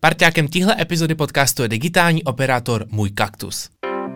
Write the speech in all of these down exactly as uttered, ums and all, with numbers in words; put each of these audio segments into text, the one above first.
Parťákem téhle epizody podcastu je digitální operátor Můj kaktus.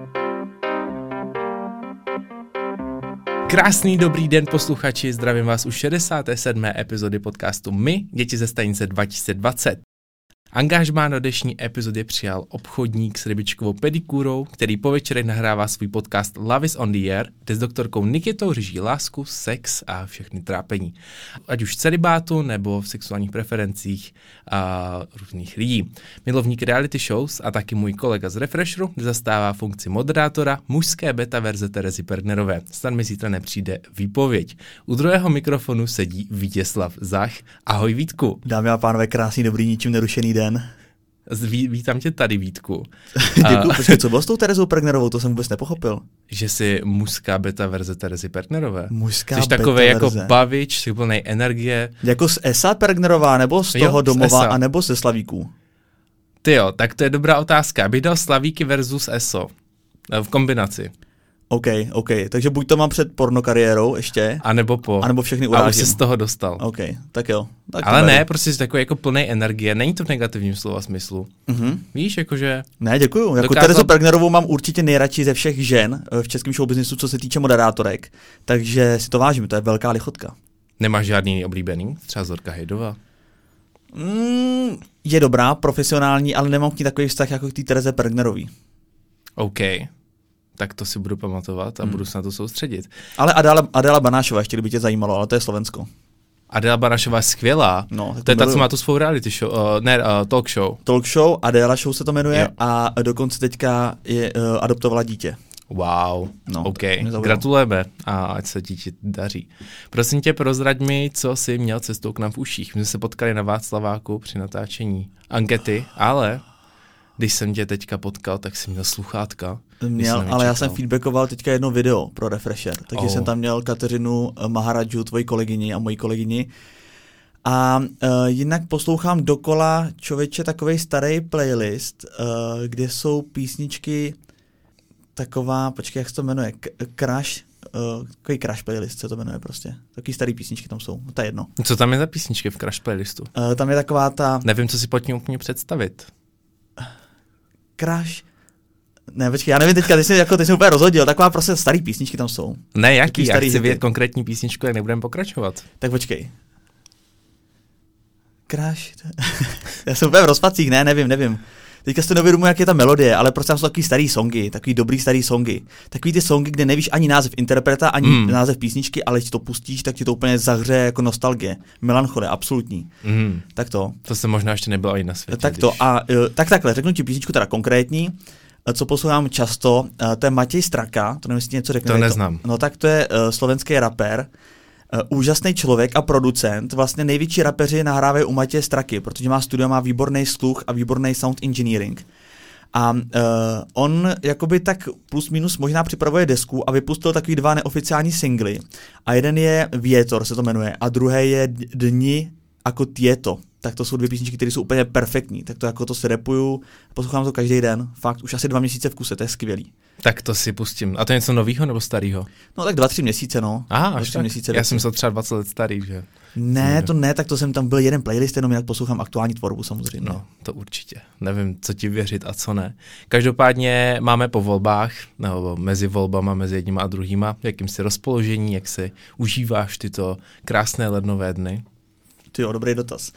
Krásný dobrý den posluchači, zdravím vás u šedesáté sedmé epizody podcastu My, děti ze stanice dva tisíce dvacet. Angažmá na dnešní epizodě přijal obchodník s rybičkovou pedikúrou, který po večerech nahrává svůj podcast Love is on the Air, kde s doktorkou Nikitou řeší lásku, sex a všechny trápení. Ať už v celibátu nebo v sexuálních preferencích a různých lidí. Milovník reality shows a taky můj kolega z Refresheru, kde zastává funkci moderátora mužské beta verze Terezy Pergnerové. Snad mi zítra nepřijde výpověď. U druhého mikrofonu sedí Vítězslav Zach. Ahoj Vítku. Dámy a pánové, krásný, dobrý, ničím nerušený den. Ví, vítám tě tady, Vítku. Děkuji, počkej, co bylo s tou Terezou Pergnerovou, to jsem vůbec nepochopil. Že jsi mužská beta verze Terezy Pergnerové. Mužská jsi beta takovej verze. jako bavič, jsi plnej energie. Jako z Esa Pergnerová, nebo z toho Jo, domova, z a nebo ze Slavíků? Ty jo, tak to je dobrá otázka. Abych dal Slavíky versus Eso. V kombinaci. OK, OK, takže buď to mám před pornokariérou ještě, A nebo po. a nebo všechny A už urážím. jsi z toho dostal. OK, tak jo. Tak to Ale beru. ne, prostě jsi takový jako plnej energie. Není to v negativním slova smyslu. Mhm. Víš, jakože... Ne, děkuju. Jako Dokázal- Terezu Pergnerovou mám určitě nejradši ze všech žen v českém showbiznisu, co se týče moderátorek, takže si to vážím, to je velká lichotka. Nemáš žádný oblíbený? Třeba Zorka Hejdová. Mm, je dobrá, profesionální, ale nemám k ní takový vztah jako k té Tereze Pergnerový. OK. Tak to si budu pamatovat a Hmm. budu se na to soustředit. Ale Adela, Adela Banášová, ještě kdyby tě zajímalo, ale to je Slovensko. Adela Banašová je skvělá. No, tak To je ta, miluju. co má tu svou reality show, uh, ne, uh, talk show. Talk show, Adela Show se to jmenuje, Jo. a dokonce teďka je, uh, adoptovala dítě. Wow, No, OK, to mě zaujalo. gratulujeme a ať se ti daří. Prosím tě, prozrať mi, co jsi měl cestou k nám v uších. My jsme se potkali na Václaváku při natáčení ankety, ale když jsem tě teďka potkal, tak jsi měl sluchátka. Měl, ale já jsem feedbackoval teďka jedno video pro Refresher, takže Oh. jsem tam měl Kateřinu Maharadžu, tvoji kolegyni a moji kolegyni. A uh, jinak poslouchám dokola, člověče, takovej starý playlist, uh, kde jsou písničky taková, počkej, jak se to jmenuje, K- Crash, uh, takový Crash playlist se to jmenuje prostě. Takový starý písničky tam jsou, to je jedno. Co tam je za písničky v Crash playlistu? Uh, tam je taková ta Nevím, co si pod tím úplně představit. Crash, ne, počkej, já nevím teďka, ty jsi, jako, ty jsi úplně rozhodil, taková prostě starý písničky tam jsou. Ne, jaký? Takový Já starý chci hity. vědět konkrétní písničku, jak nebudeme pokračovat. Tak počkej. Crash. Já jsem úplně v rozpacích, ne, nevím, nevím. Teďka si to neuvědomuji, jak je ta melodie, ale prostě tam jsou takový starý songy, takový dobrý starý songy. Takový ty songy, kde nevíš ani název interpreta, ani Mm. název písničky, ale když to pustíš, tak ti to úplně zahře jako nostalgie. Melancholie, absolutní. Mm, Tak to. to jsem možná ještě nebyl ani na světě. Tak to. když- A eh, tak takhle, řeknu ti písničku teda konkrétní, eh, co poslouchám často, eh, to je Matěj Straka, to nevím, jestli ti něco řekne. To tady neznám. No tak to je uh, slovenský rapper, uh, úžasný člověk a producent. Vlastně největší rapeři nahrávají u Matěje Straky, protože má studio, má výborný sluch a výborný sound engineering. A uh, on jakoby tak plus minus možná připravuje desku a vypustil takový dva neoficiální singly. A jeden je Vietor, se to jmenuje, a druhý je Dni jako Tieto. Tak to jsou dvě písničky, které jsou úplně perfektní. Tak to jako to si repuju, poslouchám to každý den. Fakt, už asi dva měsíce v kuse, to je skvělý. Tak to si pustím. A to je něco novýho nebo starýho? No tak dva, tři měsíce, no. Aha, Dva, až tři tak. měsíce Já věci. jsem myslel třeba dvacet let starý, že? Ne, to ne, tak to jsem tam byl jeden playlist, jenom jinak poslouchám aktuální tvorbu samozřejmě. No, to určitě. Nevím, co ti věřit a co ne. Každopádně máme po volbách, nebo mezi volbama, mezi jedníma a druhýma, jakým si rozpoložení, jak si užíváš tyto krásné lednové dny. Ty jo, dobrý dotaz.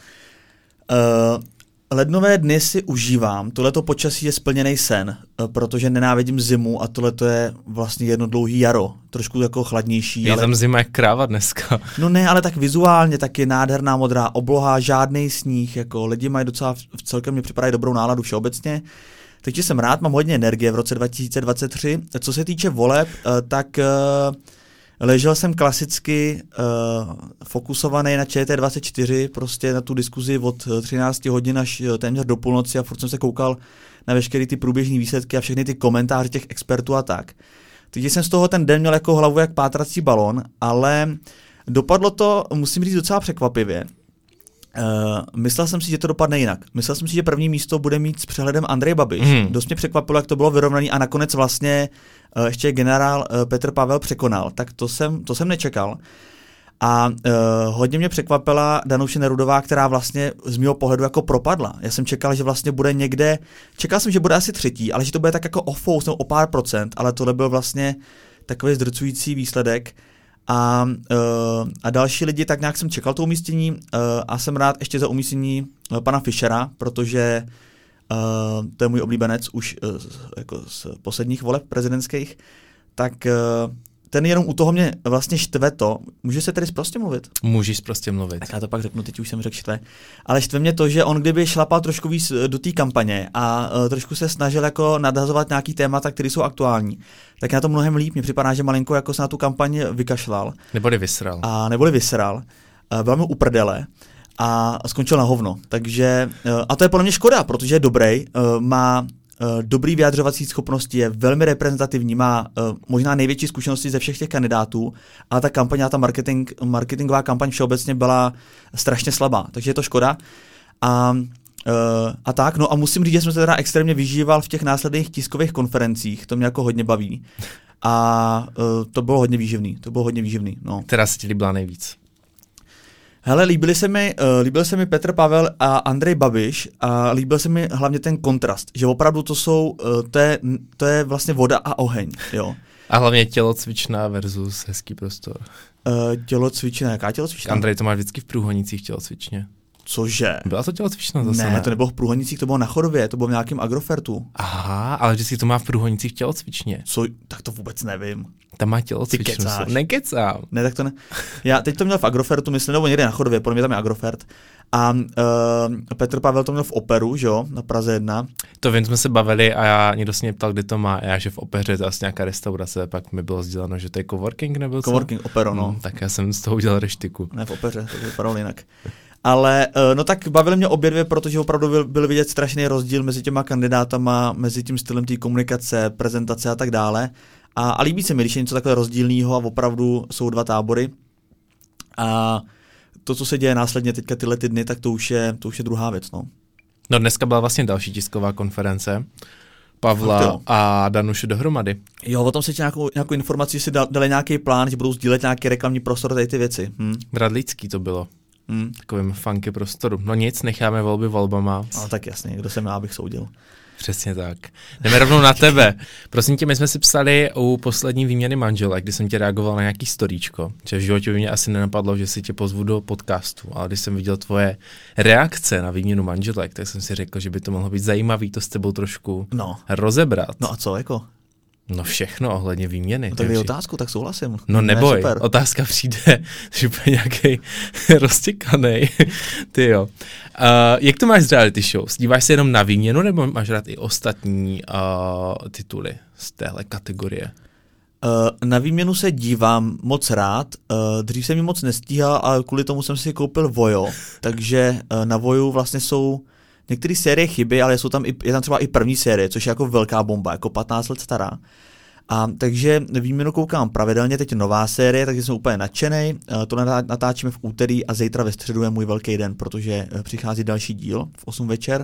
Uh, lednové dny si užívám, tohleto počasí je splněný sen, uh, protože nenávidím zimu a tohleto je vlastně jedno dlouhý jaro, trošku jako chladnější. Je ale... tam zima jak kráva dneska. No ne, ale tak vizuálně taky nádherná modrá obloha, žádný sníh, jako lidi mají docela v v celkem mi připadají dobrou náladu všeobecně. Takže jsem rád, mám hodně energie v roce dva tisíce dvacet tři. Co se týče voleb, uh, tak uh, ležel jsem klasicky uh, fokusovaný na Č T dvacet čtyři, prostě na tu diskuzi od třinácti hodin až téměř do půlnoci a furt jsem se koukal na veškeré ty průběžné výsledky a všechny ty komentáře těch expertů a tak. Takže jsem z toho ten den měl jako hlavu jak pátrací balon, ale dopadlo to, musím říct, docela překvapivě. Uh, myslel jsem si, že to dopadne jinak. Myslel jsem si, že první místo bude mít s přehledem Andrej Babiš. Mm. Dost mě překvapilo, jak to bylo vyrovnaný a nakonec vlastně uh, ještě generál uh, Petr Pavel překonal. Tak to jsem, to jsem nečekal. A uh, hodně mě překvapila Danuše Nerudová, která vlastně z mého pohledu jako propadla. Já jsem čekal, že vlastně bude někde, čekal jsem, že bude asi třetí, ale že to bude tak jako o fous, nebo o pár procent, ale tohle byl vlastně takový zdrcující výsledek. A, uh, a další lidi, tak nějak jsem čekal to umístění uh, a jsem rád ještě za umístění uh, pana Fischera, protože uh, to je můj oblíbenec už uh, jako z posledních voleb prezidentských, tak uh, ten jenom u toho mě vlastně štve to. Může se tedy prostě mluvit? Můžeš prostě mluvit. Tak já to pak řeknu, teď už jsem řekl štve. Ale štve mě to, že on kdyby šlapal trošku víc do té kampaně a uh, trošku se snažil jako nadhazovat nějaký témata, které jsou aktuální, tak na to mnohem líp. Mně připadá, že malinko jako se na tu kampaň vykašlal. Neboli vysral. A neboli vysral. Uh, byl mi u prdele a skončil na hovno. Takže, uh, a to je podle mě škoda, protože je dobrý, uh, má Uh, dobrý vyjadřovací schopnosti, je velmi reprezentativní, má uh, možná největší zkušenosti ze všech těch kandidátů, ale ta kampaň a ta marketing, marketingová kampaň všeobecně byla strašně slabá, takže je to škoda. A, uh, a tak, no a musím říct, že jsem se teda extrémně vyžíval v těch následných tiskových konferencích, to mě jako hodně baví. A uh, to bylo hodně výživný, to bylo hodně výživný, no. Která se ti líbila nejvíc? Hele, líbili se mi, uh, líbil se mi Petr Pavel a Andrej Babiš a líbil se mi hlavně ten kontrast, že opravdu to jsou, uh, to, je, to je vlastně voda a oheň, jo. A hlavně tělocvičná versus hezký prostor. Uh, tělocvičná, jaká tělocvičná? Andrej, to máš vždycky v průhonicích tělocvičně. Cože? Byla to tělocvičná zase? Ne, to nebylo v Průhonicích, to bylo na Chodově, to bylo v nějakém Agrofertu. Aha, ale vždycky to má v Průhonicích tělocvičně. Co? Tak to vůbec nevím. Tam má tělocvičnu. Ty kecáš. Nekecám. Ne, tak to ne. Já teď to měl v Agrofertu, myslím, nebo někde na Chodově, podle mě tam je Agrofert. A uh, Petr Pavel to měl v Operu, že jo, na Praze jedna. To vím, jsme se bavili a já, někdo se mě ptal, kdy to má, a já, že v Opeře to asi nějaká restaurace, pak mi bylo sděleno, že to je coworking nebo co? Coworking, Opero, no. Hmm, tak já jsem z toho udělal reštiku. Ne v Opeře, to vypadalo jinak. Ale no tak bavili mě obě dvě, protože opravdu byl, byl vidět strašný rozdíl mezi těma kandidátama, mezi tím stylem té komunikace, prezentace a tak dále. A, a líbí se mi, když je něco takhle rozdílného a opravdu jsou dva tábory. A to, co se děje následně teďka tyhle ty dny, tak to už je, to už je druhá věc. No. no dneska byla vlastně další tisková konference. Pavla a Danuše dohromady. Jo, o tom se ti nějakou, nějakou informaci, že si dali nějaký plán, že budou sdílet nějaký reklamní prostor, tady ty věci. Hm? Bradlický to bylo. Hmm. Takovým funky prostoru. No nic, necháme volby volbama. No tak jasně, kdo jsem já, abych soudil. Přesně tak. Jdeme rovnou na tebe. Prosím tě, my jsme si psali u poslední výměny manželek, kdy jsem tě reagoval na nějaký storíčko. Že v životě by mě asi nenapadlo, že si tě pozvu do podcastu, ale když jsem viděl tvoje reakce na výměnu manželek, tak jsem si řekl, že by to mohlo být zajímavý to s tebou trošku no. rozebrat. No a co jako? No všechno ohledně výměny. No tak dej otázku, tak souhlasím. No neboj, ne, otázka přijde, že úplně nějaký roztěkanej. Ty jo. Uh, jak to máš z reality show? Díváš se jenom na výměnu, nebo máš rád i ostatní uh, tituly z téhle kategorie? Uh, na výměnu se dívám moc rád. Uh, dřív jsem ji moc nestíhal, ale kvůli tomu jsem si koupil Vojo. Takže uh, na Voju vlastně jsou některé série chyby, ale jsou tam i, je tam třeba i první série, což je jako velká bomba, jako patnáct let stará. A takže výměnu koukám pravidelně, teď nová série, takže jsem úplně nadšenej. To natáčíme v úterý a zítra ve středu je můj velký den, protože přichází další díl v osm večer.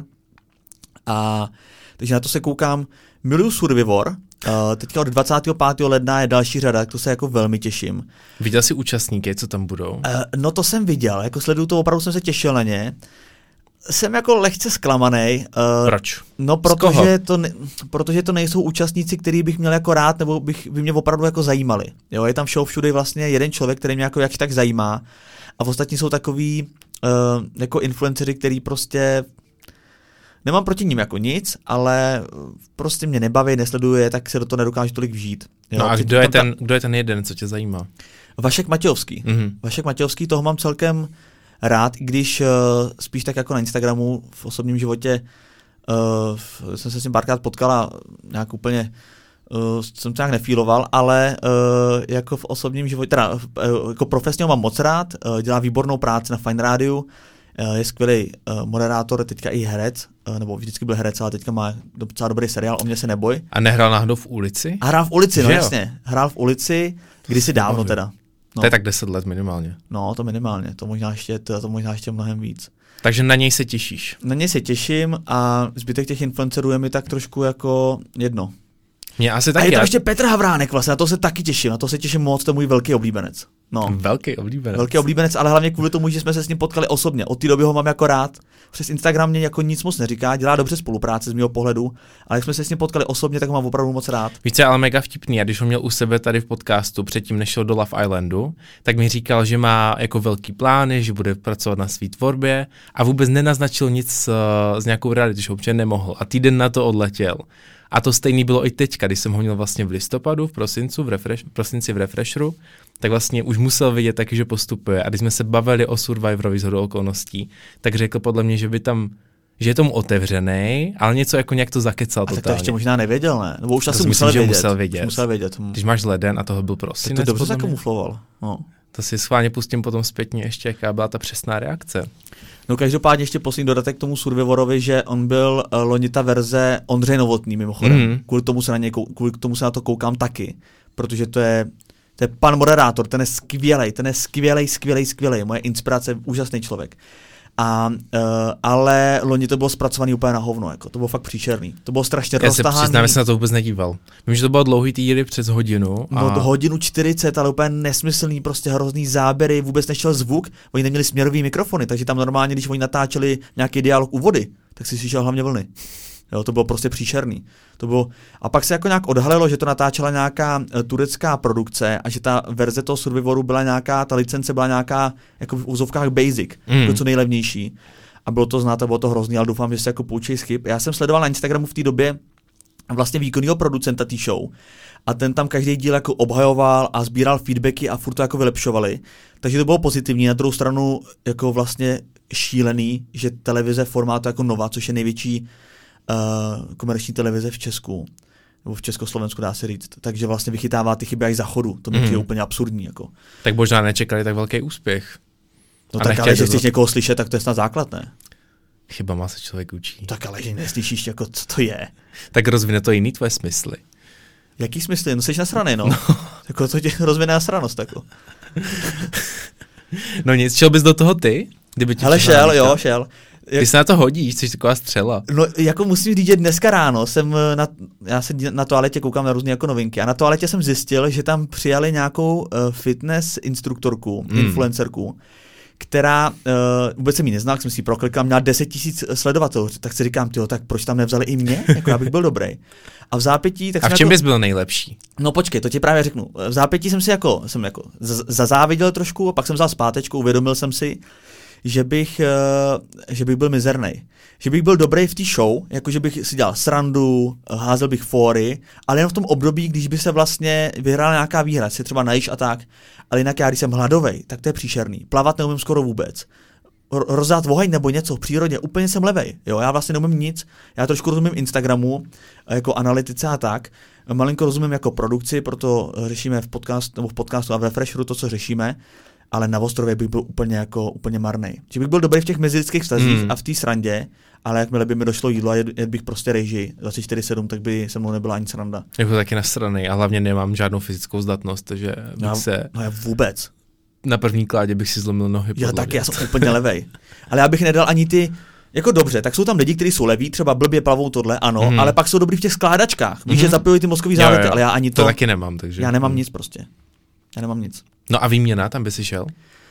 A takže na to se koukám. Miluju Survivor. Teďka od dvacátého pátého ledna je další řada, tak to se jako velmi těším. Viděl jsi účastníky, co tam budou? No to jsem viděl, jako sleduju to, opravdu jsem se těšil na ně. Jsem jako lehce zklamanej. Uh, Proč? No, protože to, ne, protože to nejsou účastníci, který bych měl jako rád, nebo bych, by mě opravdu jako zajímali. Jo, je tam show všude vlastně jeden člověk, který mě jako jak tak zajímá, a ostatní jsou takový uh, jako influenceři, který prostě nemám proti ním jako nic, ale prostě mě nebaví, nesleduje, tak se do toho nedokážu tolik vžít. Jo, no a kdo je, ten, kdo je ten jeden, co tě zajímá? Vašek Matějovský. Mm-hmm. Vašek Matějovský, toho mám celkem rád, i když uh, spíš tak jako na Instagramu v osobním životě uh, jsem se s ním párkrát potkal a nějak úplně uh, jsem to nějak nefíloval, ale uh, jako v osobním životě, teda uh, jako profesně ho mám moc rád, uh, dělá výbornou práci na Fine Rádiu, uh, je skvělý uh, moderátor, teďka i herec, uh, nebo vždycky byl herec, ale teďka má docela dobrý seriál O mě se neboj. A nehrál náhodou v ulici? A hrál v ulici, no jasně, hrál v ulici, kdysi dávno teda. No. To je tak deset let minimálně. No, to minimálně, to možná ještě, to, to možná ještě mnohem víc. Takže na něj se těšíš? Na něj se těším a zbytek těch influencerů je mi tak trošku jako jedno. Mě asi A taky. je tam já- ještě Petr Havránek vlastně, na to se taky těším, na to se těším moc, to je můj velký oblíbenec. No. Velký oblíbenec. Velký oblíbenec, ale hlavně kvůli tomu, že jsme se s ním potkali osobně. Od té doby ho mám jako rád. Přes Instagram mě jako nic moc neříká, dělá dobře spolupráci z mého pohledu, ale jak jsme se s ním potkali osobně, tak ho mám opravdu moc rád. Víš, co je ale mega vtipný, a když ho měl u sebe tady v podcastu, předtím než šel do Love Islandu, tak mi říkal, že má jako velký plány, že bude pracovat na své tvorbě a vůbec nenaznačil nic s, s nějakou reality show, protože nemohl. A týden na to odletěl. A to stejný bylo i teďka, když jsem ho měl vlastně v listopadu, v prosincu, v refresh, prosinci v Refresheru, tak vlastně už musel vidět taky, že postupuje. A když jsme se bavili o Survivorovi shodou okolností, tak řekl podle mě, že by tam, že je tomu otevřený, ale něco jako nějak to zakecal A totálně. tak to ještě možná nevěděl, ne? Nebo už To asi si musel myslím, že vědět. musel vědět. Musel vědět. Hm. Když máš leden a toho byl Tak prosinec. to dobře podle mě. zakamufloval. No. To si schválně pustím potom zpětně ještě, jaká byla ta přesná reakce. No každopádně ještě poslední dodatek k tomu Survivorovi, že on byl uh, loni ta verze Ondřej Novotný mimochodem. Mhm. Kvůli tomu se na něj, kou- kvůli tomu se na to koukám taky, protože to je to je pan moderátor, ten je skvělej, ten je skvělej, skvělej, skvělej, moje inspirace, úžasný člověk. A, uh, ale loni to bylo zpracovaný úplně na hovno, jako, to bylo fakt příšerný. To bylo strašně Já se roztahaný. přiznám, že jsem na to vůbec nedíval. Vím, že to bylo dlouhý týdy přes hodinu. A... No to hodinu čtyřicet, ale úplně nesmyslný, prostě hrozný záběry, vůbec nešel zvuk, oni neměli směrový mikrofony, takže tam normálně, když oni natáčeli nějaký dialog u vody, tak si slyšel hlavně vlny. Jo, to bylo prostě příšerný. To bylo... A pak se jako nějak odhalilo, že to natáčela nějaká uh, turecká produkce a že ta verze toho Survivoru byla nějaká, ta licence byla nějaká jako v úzovkách basic, Mm. jako co nejlevnější. A bylo to, znáte, bylo to hrozný, ale doufám, že se jako poučí z chyb. Já jsem sledoval na Instagramu v té době vlastně výkonnýho producenta té show a ten tam každý díl jako obhajoval a sbíral feedbacky a furt to jako vylepšovali. Takže to bylo pozitivní. Na druhou stranu jako vlastně šílený, že televize formátu jako Nova, což je největší uh, komerční televize v Česku, nebo v Československu dá se říct, takže vlastně vychytává ty chyby až za chodu. To mi Mhm. je úplně absurdní. Jako. Tak možná nečekali tak velký úspěch. No A tak nechtěli ale, že to- chceš někoho slyšet, tak to je snad základ, ne? Chybama se člověk učí. Tak ale, že neslyšíš, jako co to je. Tak rozvine to jiný tvoje smysly. Jaký smysl? No jsi nasranej, no. no. Jako to tě rozvine nasranost, jako. No nic, šel bys do toho ty? Kdyby ti Hele, přišla šel, nabídka? jo, šel. Jak, Ty se na to hodíš, jsi taková střela. no, jako musím říct, že dneska ráno jsem na, já se na toaletě koukám na různé jako novinky a na toaletě jsem zjistil, že tam přijali nějakou uh, fitness instruktorku, Hmm. influencerku, která, uh, vůbec jsem ji neznal, jsem si ji proklikal, měla deset tisíc sledovatelů, tak si říkám, tyjo, tak proč tam nevzali i mě, jako já bych byl dobrý. A v zápětí, tak A jsem v čem jako, bys byl nejlepší? no počkej, to ti právě řeknu. V zápětí jsem si jako, jsem jako z- zazáviděl trošku a pak jsem vzal zpátečku, uvědomil jsem si, že bych, uh, že bych byl mizernej. Že bych byl dobrý v té show, jako že bych si dělal srandu, házel bych fóry, ale jen v tom období, když by se vlastně vyhrála nějaká výhra, si třeba najíš a tak, ale jinak já, když jsem hladovej, tak to je příšerný. Plavat neumím skoro vůbec. R- rozdát oheň nebo něco v přírodě, úplně jsem levej. Jo, já vlastně neumím nic. Já trošku rozumím Instagramu, jako analytice a tak. Malinko rozumím jako produkci, proto řešíme v podcast, nebo v podcastu a v Refresheru to, co řešíme. Ale na ostrově bych byl úplně jako úplně marnej. Že bych byl dobrý v těch mezilidských vztazích Hmm. a v té srandě, ale jakmile by mi došlo jídlo a jed, jed bych prostě rejži dvacet čtyři sedm, tak by se mnou nebyla ani sranda. Jako taky nasranej a hlavně nemám žádnou fyzickou zdatnost, takže bych Já, se no já vůbec. na první kládě bych si zlomil nohy. Já podle taky, mě. já jsem úplně levej. Ale já bych nedal ani ty, jako dobře, tak jsou tam lidi, kteří jsou leví, třeba blbě plavou tohle, ano, Mhm. ale pak jsou dobrý v těch skládačkách. Víš, Mhm. že zapijují ty mozkový Jo, závody, jo. ale já ani To to, taky nemám, takže. já nemám Hmm. nic prostě. Já nemám nic. No a výměna, tam by si šel?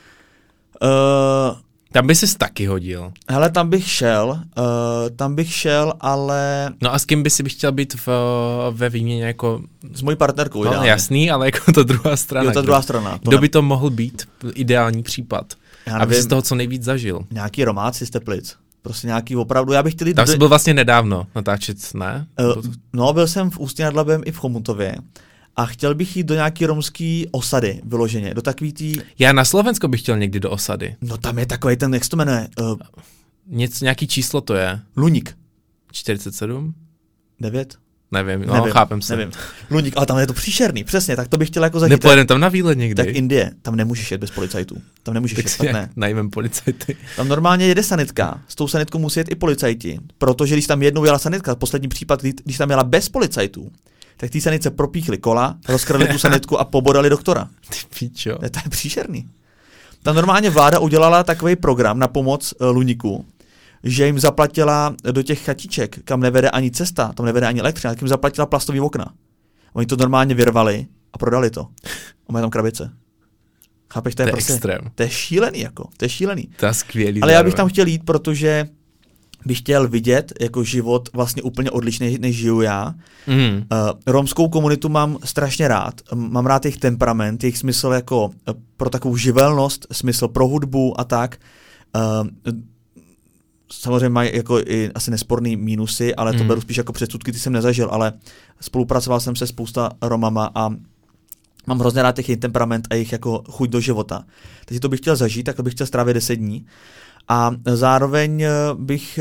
Uh, Tam by si taky hodil. hele, tam bych šel, uh, tam bych šel, ale No a s kým by si bych chtěl být v, ve výměně jako, s mojí partnerkou no, ideálně. jasný, ale jako ta druhá strana. Jo, ta kdo- druhá strana. To Kdo ne- by to mohl být ideální případ? Já Aby si nevím, z toho co nejvíc zažil. nějaký romáci z Teplic. Prostě nějaký opravdu, já bych chtěl jít Tam do- jsi byl vlastně nedávno natáčet, ne? Uh, no, byl jsem v Ústí nad Labem i v Chomutově a chtěl bych jít do nějaký romský osady vyloženě, do takový tý, Já na Slovensko bych chtěl někdy do osady. no tam je takový ten, jak se to jmenuje, uh, Něco, nějaký číslo to je. Luník, čtyřicet sedm? devět? Nevím, no nevím, chápem se. nevím. Luník, ale tam je to příšerný, přesně, tak to bych chtěl jako zachytit. Nepojedem tam na výlet někdy. Tak Indie, tam nemůžeš jet bez policajtů, tam nemůžeš Tak jet, si tak ne. najmem policajty. Tam normálně jede sanitka, s tou sanitkou musí jet i policajti, protože když tam jednou jela sanitka, poslední případ, kdy- když tam jela bez policajtů, tak té sanice propíchli kola, rozkradli tu sanitku a pobodali doktora. Ty píčo. To je, to je příšerný. Tam normálně vláda udělala takový program na pomoc uh, Luníku, že jim zaplatila do těch chatiček, kam nevede ani cesta, tam nevede ani elektřina, tak jim zaplatila plastový okna. Oni to normálně vyrvali a prodali to. A mají tam krabice. Chápeš, to je, to je prostě, extrém. To je šílený, jako, to je šílený. To je skvělý. Ale zároveň. Já bych tam chtěl jít, protože bych chtěl vidět jako život vlastně úplně odlišný, než žiju já. Mm. Uh, romskou komunitu mám strašně rád. Mám rád jejich temperament, jejich smysl jako pro takovou živelnost, smysl pro hudbu a tak. Uh, samozřejmě mají jako i asi nesporný mínusy, ale to mm. beru spíš jako předsudky, ty jsem nezažil, ale spolupracoval jsem se spousta Romama a mám hrozně rád jejich temperament a jejich jako chuť do života. Takže to bych chtěl zažít, tak to bych chtěl strávit deset dní. A zároveň bych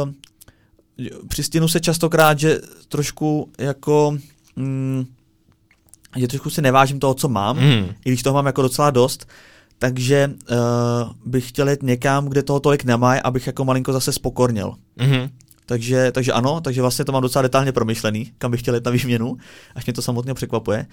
uh, přistěnu se častokrát, že trošku jako mm, že trošku si nevážím toho, co mám, mm. i když toho mám jako docela dost, takže uh, bych chtěl jít někam, kde toho tolik nemají, abych jako malinko zase spokornil. Mm. Takže, takže ano, takže vlastně to mám docela detailně promyšlený, kam bych chtěl jít na výměnu, až mě to samotně překvapuje.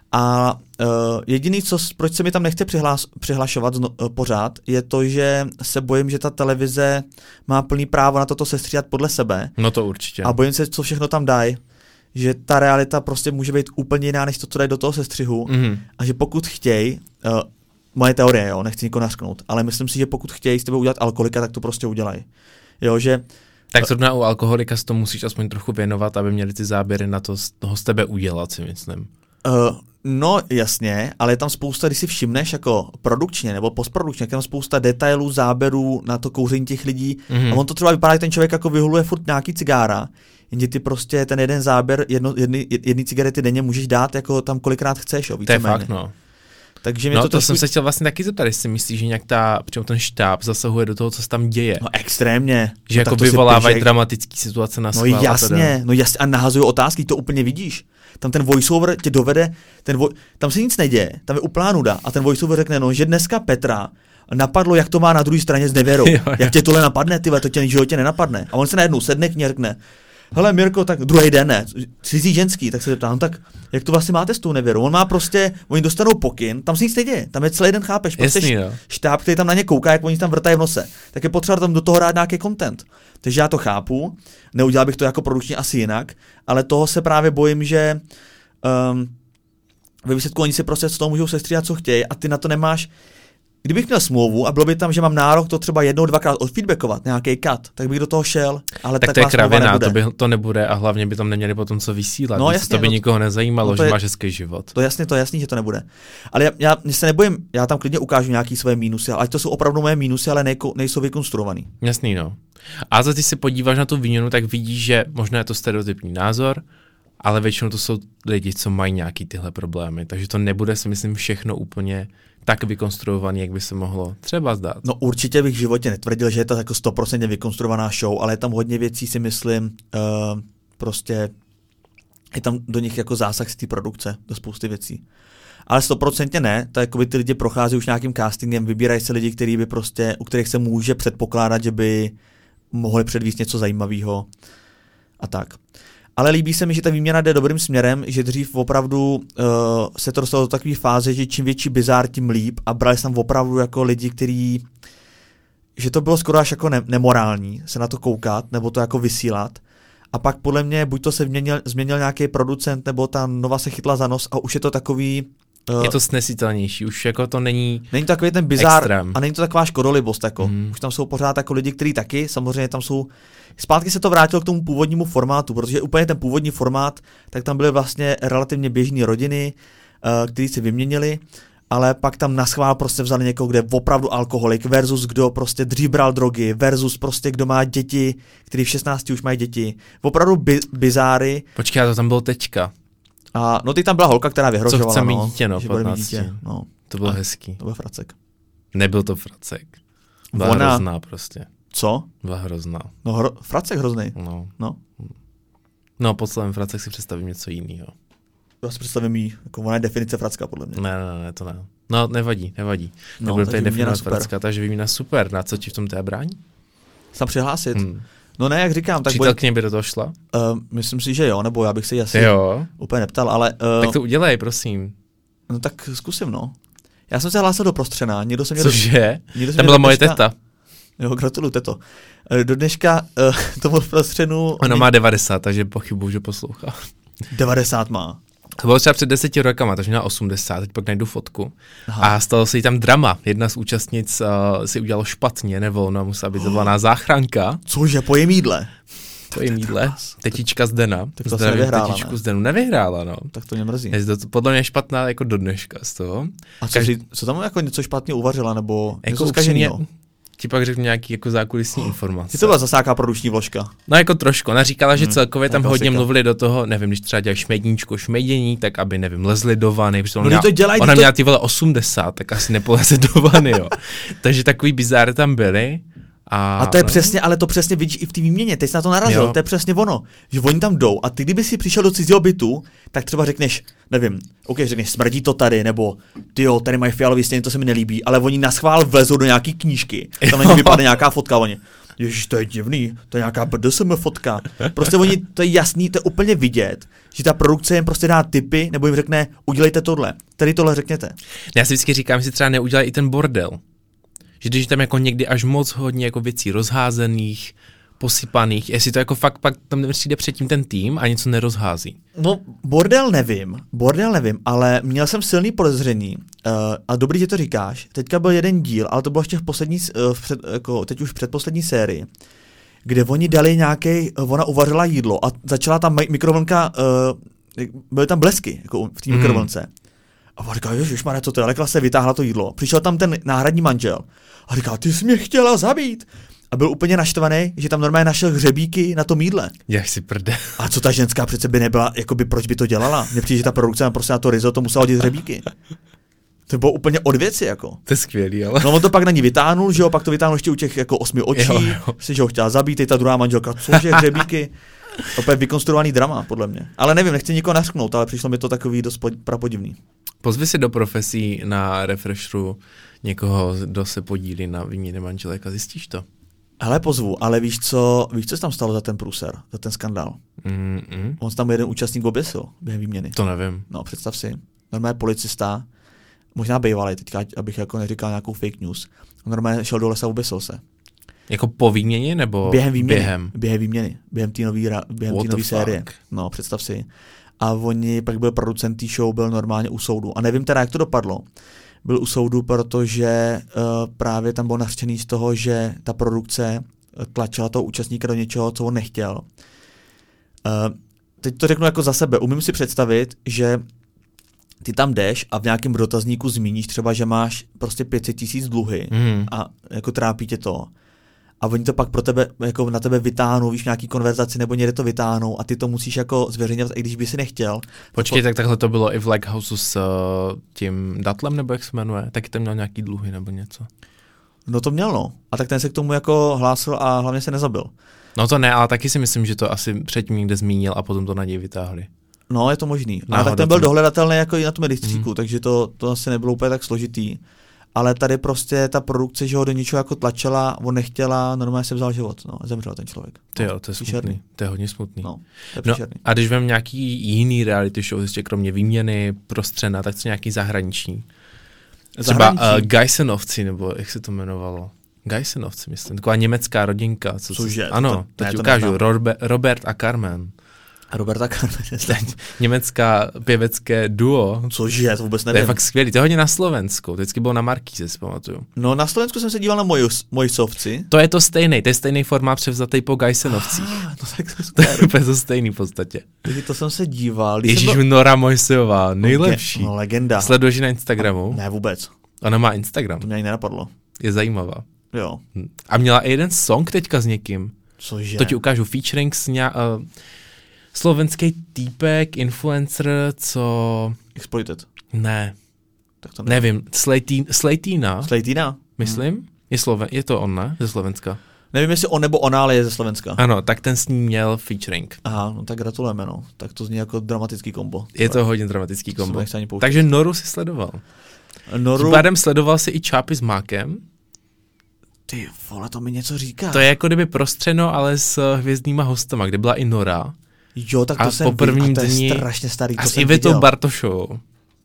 A uh, jediný, co, proč se mi tam nechce přihlás, přihlašovat zno, uh, pořád, je to, že se bojím, že ta televize má plný právo na toto sestříhat podle sebe. No to určitě. A bojím se, co všechno tam dají. Že ta realita prostě může být úplně jiná, než to, co dají do toho sestřihu. Mm-hmm. A že pokud chtějí, uh, moje teorie, jo, nechci nikoho nařknout, ale myslím si, že pokud chtějí s tebou udělat alkoholika, tak to prostě udělají. Jo, že... Tak zrovna u alkoholika si to musíš aspoň trochu věnovat, aby měli ty záběry na to z toho z tebe udělat, si myslím. Uh, no jasně, ale je tam spousta, když si všimneš jako produkčně nebo postprodukčně, je tam spousta detailů, záběrů na to kouření těch lidí mm-hmm. a on to třeba vypadá, že ten člověk jako vyhuluje furt nějaký cigára, jenže ty prostě ten jeden záběr jedno, jedny, jedny cigarety denně můžeš dát jako tam kolikrát chceš, jo, víceméně. To je fakt, no. Takže mě no to, to trošku... jsem se chtěl vlastně taky zeptat, jestli myslíš, že nějak ta, přímo ten štáb zasahuje do toho, co se tam děje. No extrémně. Že no, jako vyvolávají dramatické situace na schvál. No jasně, no jasně a nahazují otázky, to úplně vidíš. Tam ten voiceover tě dovede, ten vo... tam se nic neděje, tam je úplná nuda a ten voiceover řekne, no, že dneska Petra napadlo, jak to má na druhé straně s nevěrou. Jo, jo. Jak tě tohle napadne, tyhle, to tě v životě nenapadne. A on se najednou sedne k ní a řekne, hele Mirko, tak druhý den ne, cizí ženský, tak se zeptám, no, tak jak to vlastně máte s tou nevěrou? On má prostě, oni dostanou pokyn, tam se nic neděje, tam je celý den, chápeš, prostě Jasný, no. štáb, který tam na ně kouká, jak oni tam vrtají v nose, tak je potřeba tam do toho dát nějaký content. Takže já to chápu, neudělal bych to jako produkčně asi jinak, ale toho se právě bojím, že um, ve výsledku oni si prostě z toho můžou sestříhat, co chtějí a ty na to nemáš. Kdybych měl smlouvu a bylo by tam, že mám nárok to třeba jednou, dvakrát odfeedbackovat, nějaký cut, tak bych do toho šel, ale tak to je kravina, to, by, to nebude a hlavně by tam neměli potom co vysílat, no, jasně, to by no, nikoho nezajímalo, no, že je, máš hezký život. To jasně, to je jasný, že to nebude. Ale já, já se nebojím, já tam klidně ukážu nějaký své mínusy, ať to jsou opravdu moje mínusy, ale nejko, nejsou vykonstruovaný. Jasný, no. A za ty se podíváš na tu výměnu, tak vidíš, že možná je to stereotypní názor, ale většinou to jsou lidi, co mají nějaký tyhle problémy, takže to nebude, si myslím, všechno úplně tak vykonstruovaný, jak by se mohlo třeba zdát. No určitě bych v životě netvrdil, že je to jako sto procent vykonstruovaná show, ale je tam hodně věcí, si myslím, uh, prostě je tam do nich jako zásah z té produkce, do spousty věcí. Ale stoprocentně ne, to jako by ty lidi prochází už nějakým castingem, vybírají se lidi, který by prostě, u kterých se může předpokládat, že by mohli předvíst něco zajímavého a tak. Ale líbí se mi, že ta výměna jde dobrým směrem, že dřív opravdu uh, se to dostalo do takové fáze, že čím větší bizár, tím líp a brali jsem opravdu jako lidi, kteří, že to bylo skoro až jako ne- nemorální se na to koukat nebo to jako vysílat. A pak podle mě buď to se změnil, změnil nějaký producent, nebo ta Nova se chytla za nos a už je to takový... Uh, je to snesitelnější, už jako to není Není to takový ten bizár extrém. A není to taková škodolibost, jako. Mm. Už tam jsou pořád jako lidi, kteří taky, samozřejmě tam jsou... Zpátky se to vrátilo k tomu původnímu formátu, protože úplně ten původní formát, tak tam byly vlastně relativně běžné rodiny, uh, kteří se vyměnili, ale pak tam naschvál prostě vzali někoho, kde je opravdu alkoholik versus kdo prostě dřív bral drogy versus prostě kdo má děti, který v šestnácti už mají děti. Opravdu bi- bizáry. Počkej, to tam bylo teďka. A no teď tam byla holka, která vyhrožovala. Co chce mít no, dítě, no, patnácti. Dítě, no. To bylo hezký. To byl fracek. Nebyl to fracek. Byla Ona... hrozná prostě. Co? Byla hrozná. No hro... fracek hrozný. No. No. No, pod slovem fracek si představím něco jiného. Já si představím jí, jako ona je definice fracka, podle mě. Ne, ne, ne, to ne. No, nevadí, nevadí. No, nebudu tady definovat fracka, takže výměna super. Na co ti v tom té brání? Se tam přihlásit? Hmm. No ne, jak říkám, tak... Přítelkyně by do toho šla? Uh, myslím si, že jo, nebo já bych se jí asi jo. úplně neptal, ale... Uh, tak to udělej, prosím. No tak zkusím, no. Já jsem se hlásil do Prostřena, někdo se mě... Cože? Tam byla moje dneška... teta. Jo, gratuluju, teto. Do dneška uh, to bylo v Prostřenu... Ona má devadesát, takže pochybuju, že poslouchá. devadesát má. To bylo třeba před deseti rokama, takže měla osmdesát, teď pak najdu fotku. Aha. A stalo se jí tam drama. Jedna z účastnic uh, si udělalo špatně, nevolno, musela být zavolaná záchranka. Cože, po jejím jídle? Po jejím jídle. Tetička Zdena. Tak to se nevyhrála, tetičku ne? Zdenu nevyhrála, no. Tak to mě mrzí. Je to podle mě špatná jako do dneška z toho. A co, Každý... co tam jako něco špatně uvařila, nebo jako něco zkaženého? Ti pak řeknu nějaký jako zákulisní oh. informace. Ty to byla zase nějaká produční vložka? No jako trošku. Ona říkala, že hmm, celkově tam hodně klasika. mluvili do toho, nevím, když třeba dělají šmědníčko, šmědění, tak aby, nevím, lezli do vany. No, ona to dělají, ona to... měla ty vole osmdesát, tak asi nepoleze do vany, jo. Takže takový bizáry tam byly. A, a to je no. přesně, ale to přesně vidíš i v té výměně, teď jsi na to narazil, jo. To je přesně ono, že oni tam jdou a ty kdyby si přišel do cizího bytu, tak třeba řekneš, nevím, ok, řekneš, smrdí to tady, nebo tyjo, tady mají fialový stěny, to se mi nelíbí, ale oni naschvál vlezou do nějaký knížky, tam na ní vypadne nějaká fotka, oni, ježiš, to je divný, to je nějaká B D S M fotka, prostě oni, to je jasný, to je úplně vidět, že ta produkce jim prostě dá tipy, nebo jim řekne, udělejte tohle, tady tohle řekněte. Já si vždycky říkám, že si třeba neudělají i ten bordel. Že když tam jako někdy až moc hodně jako věcí rozházených, posypaných, jestli to jako fakt pak tam přijde předtím ten tým a něco nerozhází. No bordel nevím, bordel nevím, ale měl jsem silný podezření uh, a dobrý, že to říkáš. Teďka byl jeden díl, ale to bylo ještě v poslední, uh, v před, jako teď už v předposlední sérii, kde oni dali nějaký, uh, ona uvařila jídlo a začala tam mikrovlnka, uh, byly tam blesky jako v té mm. mikrovlnce. A on říká, ježišmarja, co to je, ale klase vytáhla to jídlo. Přišel tam ten náhradní manžel a říká, ty jsi mě chtěla zabít. A byl úplně naštvaný, že tam normálně našel hřebíky na tom jídle. Jak si prde. A co ta ženská přece by nebyla, jakoby proč by to dělala? Mně přijde, že ta produkce prostě na to risotto musela hodit hřebíky. To bylo úplně od věci, jako. To je skvělý, ale. No on to pak na ní vytáhnul, že jo, pak to vytáhnul ještě u těch jako osmi očí, jo, jo. Si, že ho chtěla zabít, teď ta druhá manželka, cože hřebíky. Opět vykonstruovaný drama, podle mě. Ale nevím, nechci nikoho nařknout, ale přišlo mi to takový dost prapodivný. Pozvi si do profesí na refresheru někoho, kdo se podílí na výměně manželek a zjistíš to. Hele, pozvu, ale víš co, víš, co se tam stalo za ten průser, za ten skandál? Mm-mm. On se tam jeden účastník oběsil během výměny. To nevím. No, představ si, normálně policista, možná bývalý, teďka, abych jako neříkal nějakou fake news, on normálně šel do lesa a oběsil se. Jako po výměně nebo během výměny? Během, během výměny, během té nový, nový série. No, představ si. A oni, pak byl producent té show, byl normálně u soudu. A nevím teda, jak to dopadlo. Byl u soudu, protože uh, právě tam byl nařčený z toho, že ta produkce tlačila toho účastníka do něčeho, co on nechtěl. Uh, teď to řeknu jako za sebe. Umím si představit, že ty tam jdeš a v nějakém dotazníku zmíníš třeba, že máš prostě pět set tisíc dluhy mm. a jako trápí tě to. A oni to pak pro tebe, jako na tebe vytáhnou, víš, nějaký konverzaci, nebo někde to vytáhnou a ty to musíš jako zveřejňovat, i když by si nechtěl. Počkej, tak takhle to bylo i v Lighthouse s uh, tím Datlem, nebo jak se jmenuje? Taky tam měl nějaký dluhy nebo něco. No to měl, no. A tak ten se k tomu jako hlásil a hlavně se nezabil. No to ne, ale taky si myslím, že to asi předtím někde zmínil a potom to na něj vytáhli. No, je to možný. A tak ten byl dohledatelný jako i na tom rejstříku, mm. takže to, to asi nebylo úplně tak složitý. Ale tady prostě ta produkce, že ho do něčeho jako tlačila, on nechtěla, normálně se vzal život, no, zemřel ten člověk. To jo, to je smutný, to je hodně smutný. No, to je no, příšerný. a když vem nějaký jiný reality show, ještě kromě výměny, prostřena, tak co nějaký zahraniční? Třeba uh, Geisenovci, nebo jak se to jmenovalo? Geisenovci, myslím, taková německá rodinka. Co, Cože? Ano, to, to ne, ti to ukážu, Robert, Robert a Carmen. Roberta Carmen. Německá pěvecké duo. Cože, to vůbec nevím. To je fakt skvělý, to je hodně na Slovensku, vždycky bylo na Markíze, si pamatuju. No na Slovensku jsem se díval na Mojus, Mojsovci. To je to stejný, to je stejný formát převzatý po Geisenovcích. Ah, no tak to, to je úplně to stejný v podstatě. Takže to jsem se díval. Ježíš, byl... Nora Mojsejová, nejlepší. No legenda. Sleduješ na Instagramu? Ne, vůbec. Ona má Instagram. To mě ani nenapadlo. Je zajímavá. Jo. A měla i jeden song teďka s někým. Cože? To ti ukážu, featuring s ně, uh, slovenský týpek, influencer, co... Exploited. Ne. Tak to nevím. nevím. Slejtín, Slejtína. Slejtína? Myslím. Hmm. Je, Sloven, je to on, ne? Ze Slovenska. Nevím, jestli on nebo ona, ale je ze Slovenska. Ano, tak ten s ním měl featuring. Aha, no tak gratulujeme, no. Tak to zní jako dramatický kombo. Je to hodně dramatický kombo. To Takže Noru si sledoval. Noru... Tím pádem sledoval si i Čápy s mákem. Ty vole, to mi něco říká. To je jako kdyby prostřeno, ale s hvězdnýma hostama, kde byla i Nora. Jo, tak to a jsem po prvním viděl, a to je dní strašně starý, a to s jsem Ivetou viděl. Bartošovou.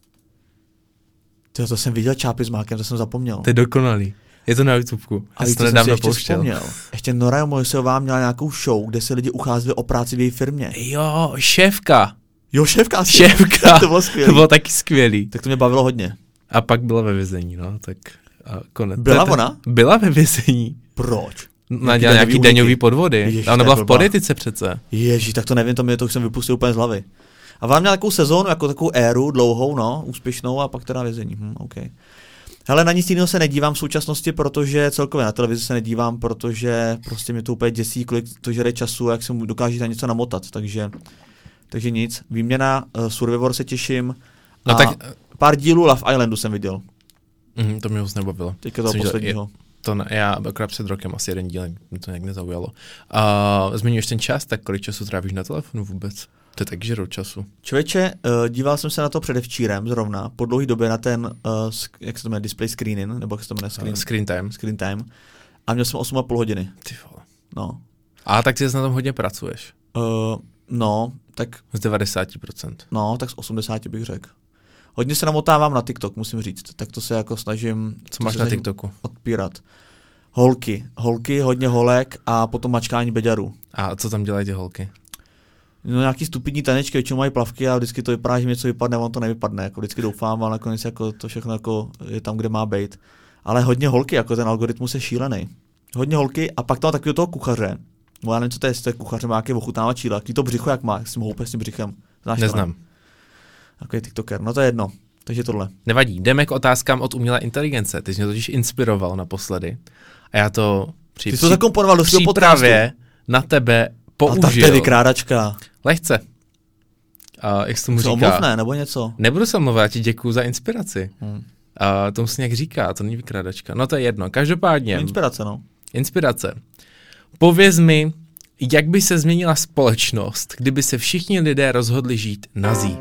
To, to jsem viděl Čápy s mákem, to jsem zapomněl. To je dokonalý. Je to na YouTubeku. A víš, to nedávno ještě vzpomněl. Ještě Nora Mojsejová měla nějakou show, kde se lidi ucházeli o práci v její firmě. Jo, šéfka. Jo, šéfka. Šéfka, to bylo skvělý. To bylo taky skvělý. Tak to mě bavilo hodně. A pak byla ve vězení, no, tak a konec. Byla ona? Byla ve vězení. Proč? Na dělala nějaký daňový podvody. Ježiš, a ona byla v politice přece. Ježíš, tak to nevím, to mě to jsem vypustil úplně z hlavy. A ona měla takovou sezónu, jako takovou éru dlouhou, no, úspěšnou a pak teda vězení. Hm, okay. Hele, na nic jiného se nedívám v současnosti, protože celkově na televizi se nedívám, protože prostě mě to úplně děsí, kolik to žere času, jak se mu dokáže na něco namotat, takže, takže nic. Výměna, uh, Survivor se těším. No a tak pár dílů Love Islandu jsem viděl. Mm, to mě moc nebavilo. Teďka toho posledního. To ne, já akorát před rokem asi jeden díl, mě to nějak nezaujalo. Uh, zmiňuješ ten čas, tak kolik času trávíš na telefonu vůbec? To je taky žerou času. Člověče, uh, díval jsem se na to předevčírem zrovna, po dlouhé době na ten, uh, jak se to jmenuje, display screening, nebo jak se to jmenuje? Screen, uh, screen time. Screen time. A měl jsem osm a půl hodiny. Ty vole. No. A tak ty na tom hodně pracuješ. Uh, no, tak... Z devadesát procent. No, tak z osmdesát bych řekl. Hodně se namotávám na TikTok, musím říct, tak to se jako snažím... Co máš na TikToku? Odpírat. Holky, holky, hodně holek a potom mačkání beďarů. A co tam dělají ty holky? No nějaký stupidní tanečky, většinou mají plavky a vždycky to vypadá, že něco vypadne, on to nevypadne, jako vždycky doufám, ale nakonec jako to všechno jako je tam, kde má být. Ale hodně holky, jako ten algoritmus je šílený. Hodně holky a pak tam takového toho kuchaře. No já nevím, co to je, jestli to je kuchaře, má nějaký ochutnávač jídla, jaký to břicho jak má, s tím houpe, s tím břichem. Znáš Neznám. Takový tiktoker, no to je jedno. Takže tohle. Nevadí, jdeme k otázkám od umělé inteligence. Ty jsi mě totiž inspiroval naposledy. A já to při Ty jsi to zakomponoval do svého podcastu. Na tebe použil. A tak tedy krádačka. Lehce. A jak se tomu říká? Omluvné, nebo něco? Nebudu se mluvit, já ti děkuju za inspiraci. Hmm. A tomu se nějak říká, to není vykrádačka. No to je jedno, každopádně. Inspirace, no. Inspirace. Pověz mi, jak by se změnila společnost, kdyby se všichni lidé rozhodli žít nazí?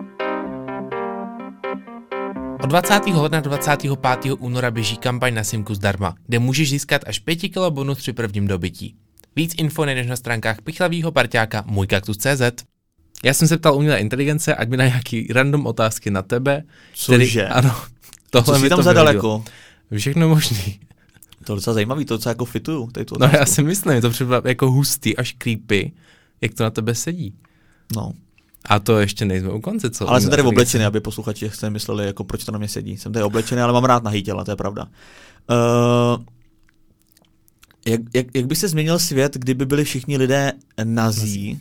Od dvacátého ledna do dvacátého pátého února běží kampaň na simku zdarma, kde můžeš získat až pět kilo bonus při prvním dobytí. Víc info najdeš na stránkách pichlavýho parťáka můj kaktus tečka cé zet. Já jsem se ptal umělé inteligence, ať mi dá nějaký random otázky na tebe. Cože? Který, ano, tohle co mi tam to za vyhodilo. daleko? Všechno možný. To je docela zajímavý, to docela jako fituju. No já si myslím, je to třeba jako hustý až creepy, jak to na tebe sedí. No. A to ještě nejsme u konce, co? Ale jsem tady oblečený, aby posluchači se mysleli, jako proč to na mě sedí. Jsem tady oblečený, ale mám rád nahý těla, to je pravda. Uh, jak, jak, jak by se změnil svět, kdyby byli všichni lidé nazí?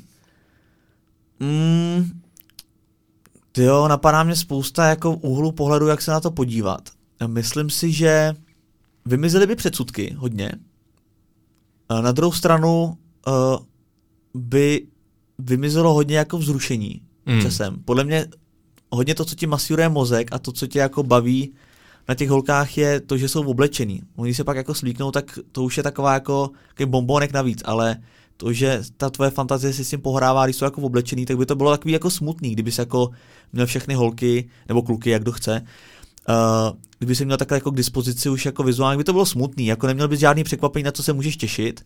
Mm, tyjo, napadá mě spousta jako úhlu pohledu, jak se na to podívat. Myslím si, že vymizely by předsudky hodně. Na druhou stranu uh, by vymizelo hodně jako vzrušení mm. časem. Podle mě hodně to, co ti masíruje mozek a to, co tě jako baví na těch holkách je to, že jsou oblečený. Oni se pak jako slíknou, tak to už je taková jako bombonek navíc, ale to, že ta tvoje fantazie si s tím pohrává, když jsou jako oblečený, tak by to bylo takový jako smutný, kdyby se jako měl všechny holky, nebo kluky, jak kdo chce, uh, kdyby se měl takhle jako k dispozici už jako vizuálně, by to bylo smutný, jako neměl bys žádný překvapení, na co se můžeš těšit,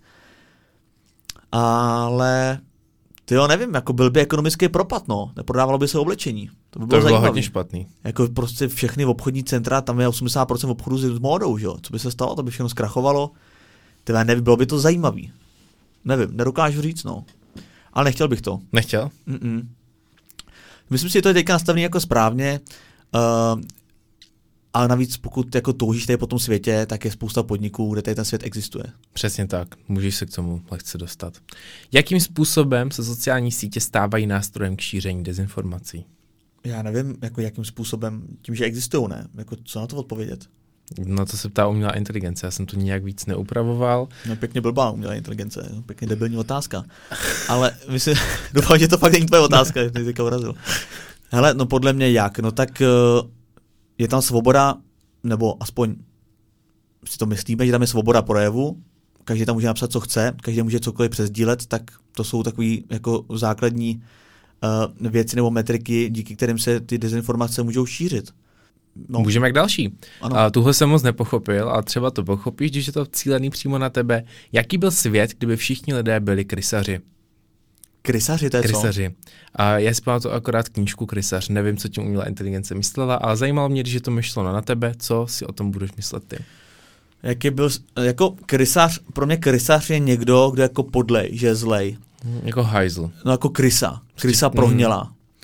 ale tyjo, nevím, jako byl by ekonomický propad, no, neprodávalo by se oblečení. To by bylo, to by bylo hodně hodně špatný. Jako prostě všechny obchodní centra, tam je osmdesát procent obchodů s módou, že jo, co by se stalo, to by všechno zkrachovalo, tyhle, nevím, bylo by to zajímavý. Nevím, nedokážu říct, no. Ale nechtěl bych to. Nechtěl? Mm-mm. Myslím si, že to je teďka nastavený jako správně, uh, ale navíc pokud jako toužíš tady po tom světě, tak je spousta podniků, kde tady ten svět existuje. Přesně tak, můžeš se k tomu lehce dostat. Jakým způsobem se sociální sítě stávají nástrojem k šíření dezinformací? Já nevím, jako jakým způsobem, tím, že existují, ne? Jako co na to odpovědět? Na to se ptá umělá inteligence, já jsem to nějak víc neupravoval. No pěkně blbá umělá inteligence, pěkně debilní otázka. Ale myslím, doufám, že to fakt není tvoje otázka, že jsi teďka urazil. Hele, no podle mě jak? No tak je tam svoboda, nebo aspoň si to myslíme, že tam je svoboda projevu, každý tam může napsat, co chce, každý může cokoliv přesdílet, tak to jsou takový jako základní uh, věci nebo metriky, díky kterým se ty dezinformace můžou šířit. No. Můžeme jak další. A tuhle jsem moc nepochopil, ale třeba to pochopíš, když je to cílený přímo na tebe. Jaký byl svět, kdyby všichni lidé byli krysaři? Krysaři, to je krysaři. Co? A já si pamatuju akorát knížku Krysař. Nevím, co tím umělá inteligence myslela, ale zajímalo mě, když je to myšleno na tebe, co si o tom budeš myslet ty. Jaký byl, jako krysař, pro mě krysař je někdo, kdo jako podlej, že je zlej. Hmm, jako hajzl. No jako krysa. Krysa prohnělá.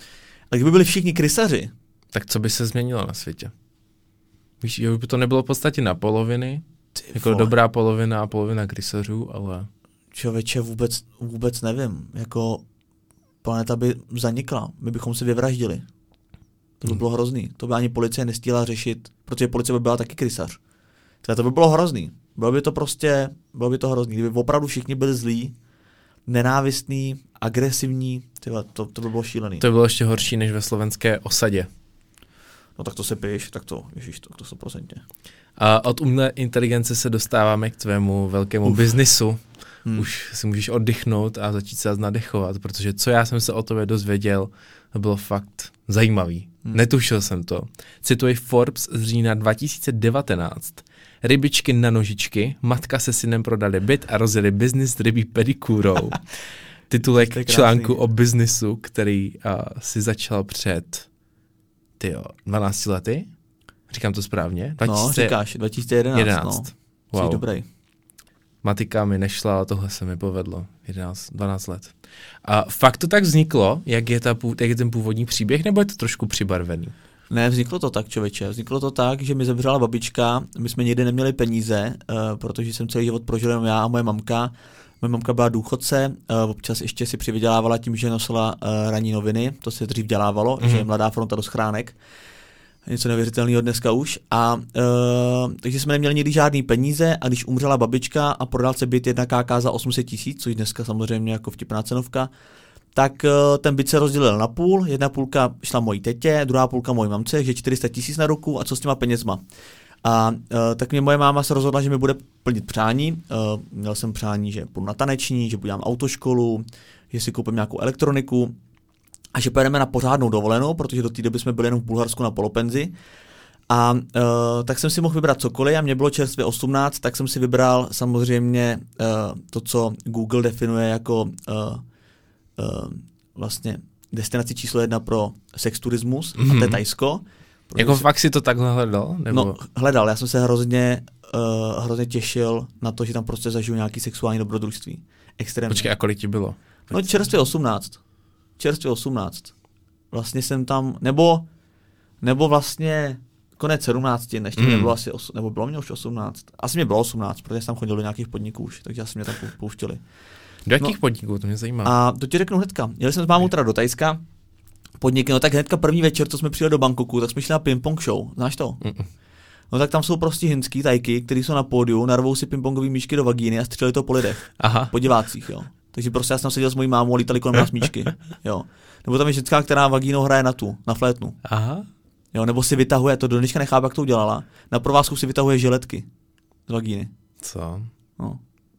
A kdyby byli všichni krysaři, tak co by se změnilo na světě? Víš, že by to nebylo v podstatě na poloviny, jako vole. dobrá polovina a polovina krysařů, ale... Člověče, vůbec, vůbec nevím. Jako planeta by zanikla, my bychom se vyvraždili. To by Hmm. bylo hrozný. To by ani policie nestíhla řešit, protože policie by byla taky krysař. Teda to by bylo hrozný. Bylo by to prostě, bylo by to hrozný. Kdyby opravdu všichni byli zlí, nenávistný, agresivní, tyhle, to, to by bylo šílený. To by bylo ještě horší než ve slovenské osadě. No tak to se piješ, tak to, ježiš, to, to sto procent. A od umělé inteligence se dostáváme k tvému velkému Uf. biznisu. Hmm. Už si můžeš oddychnout a začít se nadechovat, protože co já jsem se o tobě dozvěděl, to bylo fakt zajímavý. Hmm. Netušil jsem to. Cituji Forbes z října dva tisíce devatenáct. Rybičky na nožičky, matka se synem prodali byt a rozjeli biznis s rybí pedikůrou. Titulek článku o biznisu, který uh, si začal před tyjo, dvanácti lety. Říkám to správně? dva tisíce... No, říkáš, dva tisíce jedenáct. jedenáct. No. Wow. Jsi dobrý. Matika mi nešla, ale tohle se mi povedlo. jedenáct, dvanáct let. A fakt to tak vzniklo, jak je, ta, jak je ten původní příběh, nebo je to trošku přibarvený? Ne, vzniklo to tak, člověče. Vzniklo to tak, že mi zemřela babička, my jsme nikdy neměli peníze, uh, protože jsem celý život prožil jenom já a moje mamka. Moje mamka byla důchodce, uh, občas ještě si přivydělávala tím, že nosila uh, ranní noviny, to se dřív dělávalo, mm-hmm. že je Mladá fronta do schránek. Něco neuvěřitelného dneska už. A uh, takže jsme neměli nikdy žádný peníze a když umřela babička a prodal se byt jedna ká ká za osm set tisíc, což dneska samozřejmě jako vtipná cenovka, tak uh, ten byt se rozdělil na půl, jedna půlka šla mojí tetě, druhá půlka mojí mamce, takže čtyři sta tisíc na ruku a co s těma penězma. A uh, tak mě moje máma se rozhodla, že mi bude plnit přání. Uh, měl jsem přání, že půjdu na taneční, že udělám autoškolu, že si koupím nějakou elektroniku a že pojedeme na pořádnou dovolenou, protože do té doby jsme byli jenom v Bulharsku na polopenzi. A uh, tak jsem si mohl vybrat cokoliv a mě bylo čerstvě osmnáct, tak jsem si vybral samozřejmě uh, to, co Google definuje jako uh, uh, vlastně destinaci číslo jedna pro sexturismus, mm-hmm. a to je Thajsko. Jako si... fakt si to takhle hledal? Nebo... No, hledal, já jsem se hrozně, uh, hrozně těšil na to, že tam prostě zažiju nějaký sexuální dobrodružství. Extrémně. Počkej, a kolik ti bylo? No čerstvě osmnáct. Čerstvě osmnáct. Vlastně jsem tam, nebo, nebo vlastně konec sedmnáct, než mm. nebylo asi, os, nebo bylo mě už osmnáct. Asi mě bylo osmnáct, protože jsem tam chodil do nějakých podniků už, takže asi mě tam pouštěli. Do jakých no, podniků, to mě zajímá. A to ti řeknu hnedka. Jeli jsem s mámou teda do Thajska, podniky, no tak hnedka první večer, co jsme přijeli do Bangkoku, tak jsme šli na ping-pong show, znáš to? Mm-mm. No tak tam jsou prostě hinský tajky, kteří jsou na pódiu, narvou si pingpongové míčky do vagíny a střelili to po lidech. Aha. Po divácích, jo. Takže prostě já jsem seděl s mojí mámou a lítali kolem nás míčky, jo. Nebo tam je ženská, která vagínou hraje na tu, na flétnu. Aha. Jo, nebo si vytahuje, to do dneška nechápu, jak to udělala, na provázku si vytahuje žiletky z vagíny. Co? No.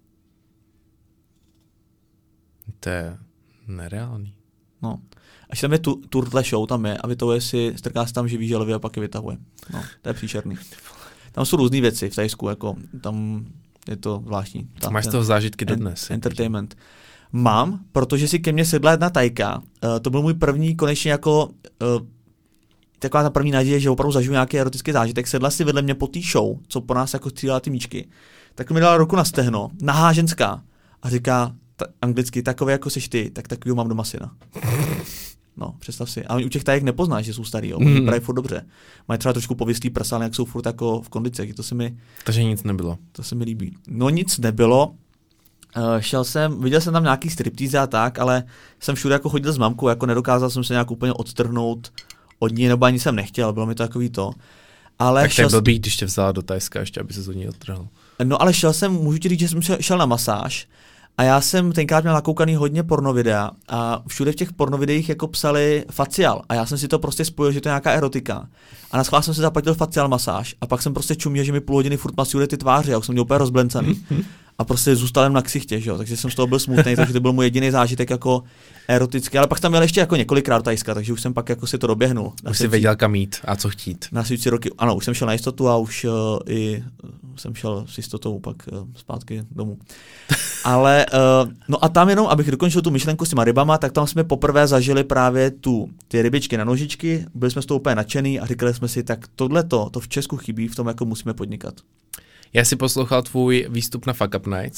To je nereálný. No. Až tam je tu, turtle show, tam je a vytahuje si, strká si tam živý želvy a pak je vytahuje. No, to je příšerný. Tam jsou různý věci v Thajsku, jako tam je to zvláštní. Tam, máš z toho zážitky dodnes. En- entertainment. Mám, protože si ke mně sedla jedna Tajka. Uh, to byl můj první konečně jako uh, taková ta první naděje, že opravdu zažiju nějaký erotický zážitek. Sedla si vedle mě po té show, co po nás jako střílela ty míčky. Tak mi dala ruku na stehno, nahá ženská a říká ta, anglicky, takové jako seš ty, tak takový mám doma syna. No, představ si. A u těch Tajek nepoznáš, že jsou starý, jo. Oni vypadají furt dobře. Mají třeba trošku pověstlý prsa, ale jak jsou furt jako v kondicích. To se mi... Takže nic nebylo. To se mi líbí. No nic nebylo. Uh, šel jsem, viděl jsem tam nějaký striptease a tak, ale jsem všude jako chodil s mamkou, jako nedokázal jsem se nějak úplně odtrhnout od ní, nebo ani jsem nechtěl, bylo mi to takový to. Ale tak šel... to blbý, když tě vzala do Thajska ještě, aby se od ní odtrhl. No ale šel jsem, můžu ti říct, že jsem šel na masáž a já jsem tenkrát měl nakoukaný hodně pornovidea a všude v těch pornovideích jako psali facial a já jsem si to prostě spojil, že to je nějaká erotika. A na schvál jsem si zaplatil facial masáž a pak jsem prostě čuměl, že mi půl hodiny furt masuje ty tváře, já už jsem měl úplně rozblencený. A prostě zůstal jen na ksichtě, že jo, takže jsem z toho byl smutný, takže to byl můj jediný zážitek jako erotický, ale pak tam měl ještě jako několikrát do Thajska, takže už jsem pak jako si to doběhnul. Už si věděl kam jít a co chtít. Následující roky, ano, už jsem šel na jistotu a už uh, i jsem šel s jistotou pak uh, zpátky domů. Ale, uh, no a tam jenom, abych dokončil tu myšlenku s těma rybama, tak tam jsme poprvé zažili právě tu, ty rybičky na nožičky, byli jsme z toho úplně nadšený a říkali jsme si, tak tohleto, to v Česku chybí, v tom jako musíme podnikat. Já si poslouchal tvůj výstup na Fuck Up Nights,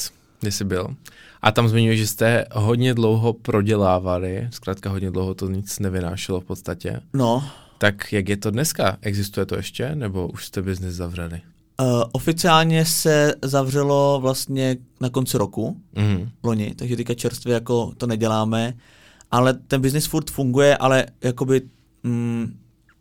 Kde jsi byl? A tam zmiňuješ, že jste hodně dlouho prodělávali, zkrátka hodně dlouho to nic nevynášelo v podstatě. No. Tak jak je to dneska? Existuje to ještě, nebo už jste biznis zavřeli? Uh, oficiálně se zavřelo vlastně na konci roku, mm. loni, takže teďka čerstvě jako to neděláme, ale ten biznis furt funguje, ale jakoby mm,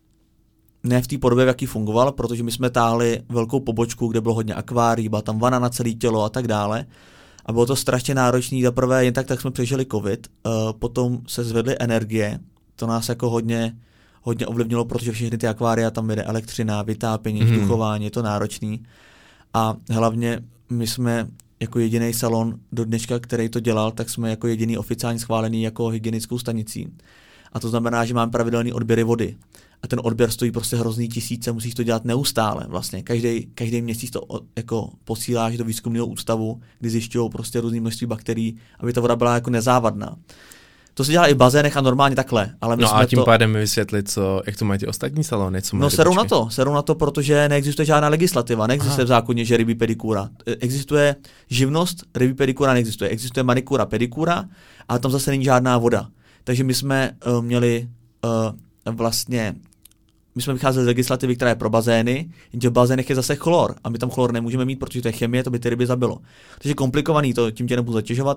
ne v té podobě, v jaký fungoval, protože my jsme táhli velkou pobočku, kde bylo hodně akvárií, byla tam vana na celé tělo a tak dále. A bylo to strašně náročné. Za prvé jen tak, tak jsme přežili covid, uh, potom se zvedly energie, to nás jako hodně, hodně ovlivnilo, protože všechny ty akvária, tam jde elektřina, vytápění, mm. vzduchování, je to náročný. A hlavně my jsme jako jediný salon do dneška, který to dělal, tak jsme jako jediný oficiálně schválený jako hygienickou stanicí. A to znamená, že máme pravidelný odběry vody. A ten odběr stojí prostě hrozný tisíce, musíš to dělat neustále vlastně. Každý, každý měsíc to jako posíláš do výzkumného ústavu, kdy zjišťují prostě různý množství bakterií, aby ta voda byla jako nezávadná. To se dělá i v bazénech a normálně takhle. Ale my no jsme a tím to... pádem mi vysvětlit, co, jak to mají ty ostatní salony, co mají No serou rybičky. na to, serou na to, protože neexistuje žádná legislativa, neexistuje Aha. v zákoně, že rybí pedikura. Existuje živnost, rybí pedikura neexistuje. Existuje manikura, pedikura, ale tam zase není žádná voda. Takže my jsme uh, měli uh, vlastně, my jsme vycházeli z legislativy, která je pro bazény, jenže v bazénech je zase chlor a my tam chlor nemůžeme mít, protože to je chemie, to by ty ryby zabilo. Takže komplikovaný, to tím tě nebudu zatěžovat,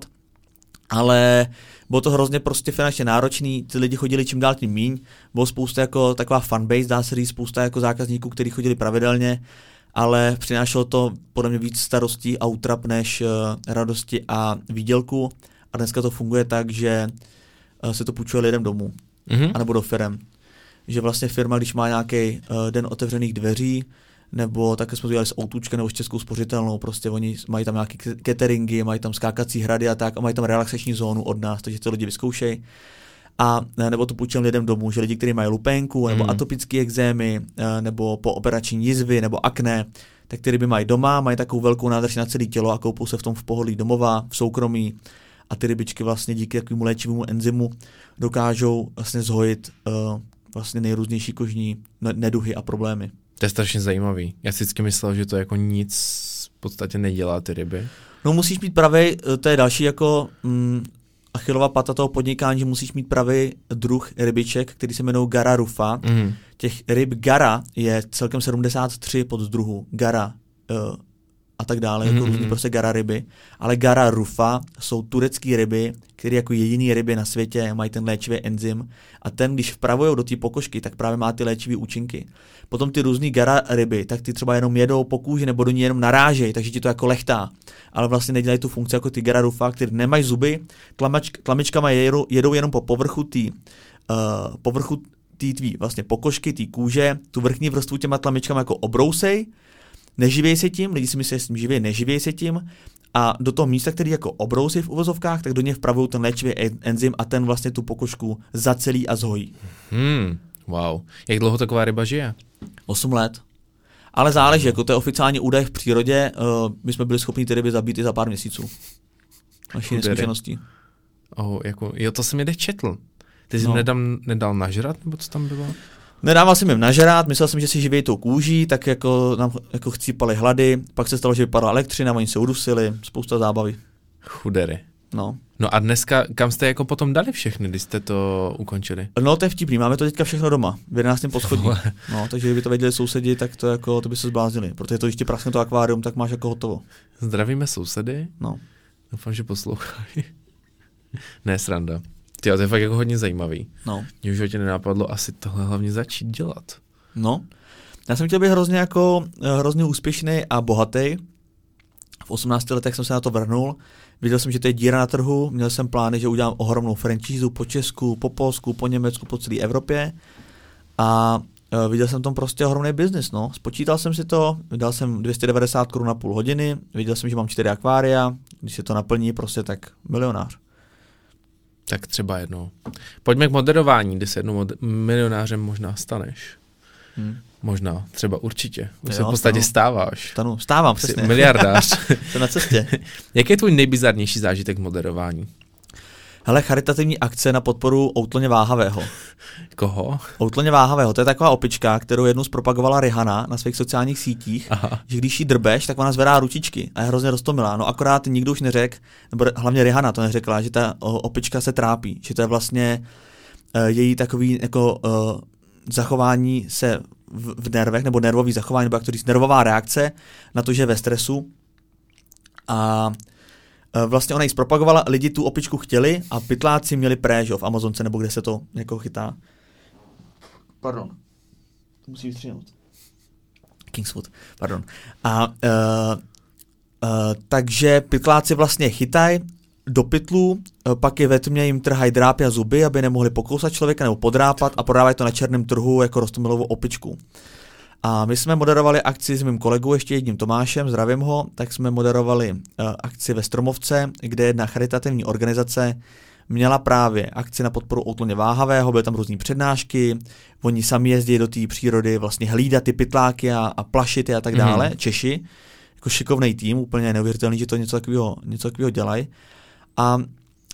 ale bylo to hrozně prostě finančně náročný, ty lidi chodili čím dál tím míň, bylo spousta jako taková fanbase, dá se říct, spousta jako zákazníků, kteří chodili pravidelně, ale přinášelo to podle mě víc starostí a útrap než uh, radosti a výdělku a dneska to funguje tak, že uh, se to půjčuje lidem domů, mm-hmm. anebo do firem. Že vlastně firma, když má nějaký uh, den otevřených dveří, nebo také jsme to dělali s Outučkem nebo s Českou spořitelnou, prostě oni mají tam nějaké cateringy, mají tam skákací hrady a tak a mají tam relaxační zónu od nás, takže to lidi vyzkoušejí. A nebo to půjčím lidem domů, že lidi, kteří mají lupénku, nebo mm. atopické ekzémy, nebo pooperační jizvy, nebo akné, tak ty ryby mají doma, mají takovou velkou nádrž na celé tělo a koupou se v tom v pohodlí domova, v soukromí. A ty rybičky vlastně díky takovému léčivému enzymu dokážou vlastně zhojit uh, vlastně nejrůznější kožní neduhy a problémy. To je strašně zajímavý. Já si vždycky myslel, že to jako nic v podstatě nedělá ty ryby. No musíš mít pravej, to je další jako mm, Achillova pata toho podnikání, že musíš mít pravý druh rybiček, který se jmenují Gara rufa. Mm. Těch ryb Gara je celkem sedmdesát tři poddruhů. Gara uh, a tak dále, mm. jako různý prostě Gara ryby. Ale Gara rufa jsou turecké ryby, které jako jediný ryby na světě mají ten léčivý enzym a ten, když vpravujou do té pokožky, tak právě má ty léčivé účinky. Potom ty různý Gara ryby, tak ty třeba jenom jedou po kůži nebo do ní jenom narážejí, takže ti to jako lechtá. Ale vlastně nedělají tu funkci jako ty Gara rufa, které nemají zuby, tlamač, tlamičkama jedou, jedou jenom po povrchu té uh, povrchu té tvý vlastně pokožky, té kůže, tu vrchní vrstvu těma tlamičkama jako obrousej, neživěj se tím, lidi si myslí, že s tím živěj, neživěj se tím a do toho místa, který jako obrousí v uvozovkách, tak do něj vpravují ten léčivý enzym a ten vlastně tu pokožku zacelí a zhojí. Hmm, wow. Jak dlouho taková ryba žije? osm let. Ale záleží, jako to je oficiální údaj v přírodě, uh, my jsme byli schopni ty ryby zabít i za pár měsíců. Naší neskušeností. Oh, jako, jo, to jsem někde četl. Ty jsi no. jim nedal, nedal nažrat, nebo co tam bylo? Nedával jsem jim nažrát, myslel jsem, že si živějí tou kůží, tak jako nám jako chcípali hlady, pak se stalo, že vypadala elektřina, oni se udusili, spousta zábavy. Chudery. No. No a dneska, kam jste jako potom dali všechny, když jste to ukončili? No to je vtipný, máme to teďka všechno doma, v jedenáctém poschodí. No, takže kdyby to věděli sousedi, tak to jako, to by se zbláznili, protože to, když ti praskne to akvárium, tak máš jako hotovo. Zdravíme sousedy. No. Doufám, že poslouchají. Ne, sranda. Ty, to je fakt jako hodně zajímavý. No. Mně už tě nenapadlo asi tohle hlavně začít dělat. No. Já jsem chtěl být hrozně jako, hrozně úspěšný a bohatý. V osmnácti letech jsem se na to vrhnul. Viděl jsem, že to je díra na trhu. Měl jsem plány, že udělám ohromnou franšízu po Česku, po Polsku, po Německu, po celé Evropě. A uh, viděl jsem tam prostě ohromný biznis. No. Spočítal jsem si to, vydal jsem dvě stě devadesát korun na půl hodiny. Viděl jsem, že mám čtyři akvária. Když se to naplní, prostě tak milionář. Tak třeba jednou. Pojďme k moderování, kde se jednou mod- milionářem možná staneš. Hmm. Možná, třeba určitě. Už se v podstatě stanu. stáváš. Stanu. Stávám, přesně. Miliardář. Jsem na cestě. Jaký je tvůj nejbizarnější zážitek v moderování? Hele, charitativní akce na podporu Outloně váhavého. Koho? Outloně váhavého, to je taková opička, kterou jednou zpropagovala Rihanna na svých sociálních sítích, Aha. že když jí drbeš, tak ona zvedá ručičky a je hrozně roztomilá. No akorát nikdo už neřekl, nebo hlavně Rihanna to neřekla, že ta opička se trápí, že to je vlastně uh, její takový jako uh, zachování se v, v nervech, nebo nervový zachování, nebo jak to říct, nervová reakce na to, že je ve stresu. A vlastně ona ji zpropagovala, lidi tu opičku chtěli a pytláci měli préž v Amazonce, nebo kde se to jako chytá. Pardon. To musí vystřihnout. Kingswood, pardon. A uh, uh, takže pytláci vlastně chytají do pytlů, uh, pak je ve tmě jim trhají drápy a zuby, aby nemohli pokousat člověka nebo podrápat a prodávají to na černém trhu jako roztomilovou opičku. A my jsme moderovali akci s mým kolegou, ještě jedním Tomášem, zdravím ho, tak jsme moderovali uh, akci ve Stromovce, kde jedna charitativní organizace měla právě akci na podporu Outloně váhavého, byly tam různý přednášky, oni sami jezdí do té přírody, vlastně hlídat ty pytláky a, a plašit a tak dále, mm-hmm. Češi, jako šikovnej tým, úplně neuvěřitelný, že to něco takového, něco takového dělají. A, uh,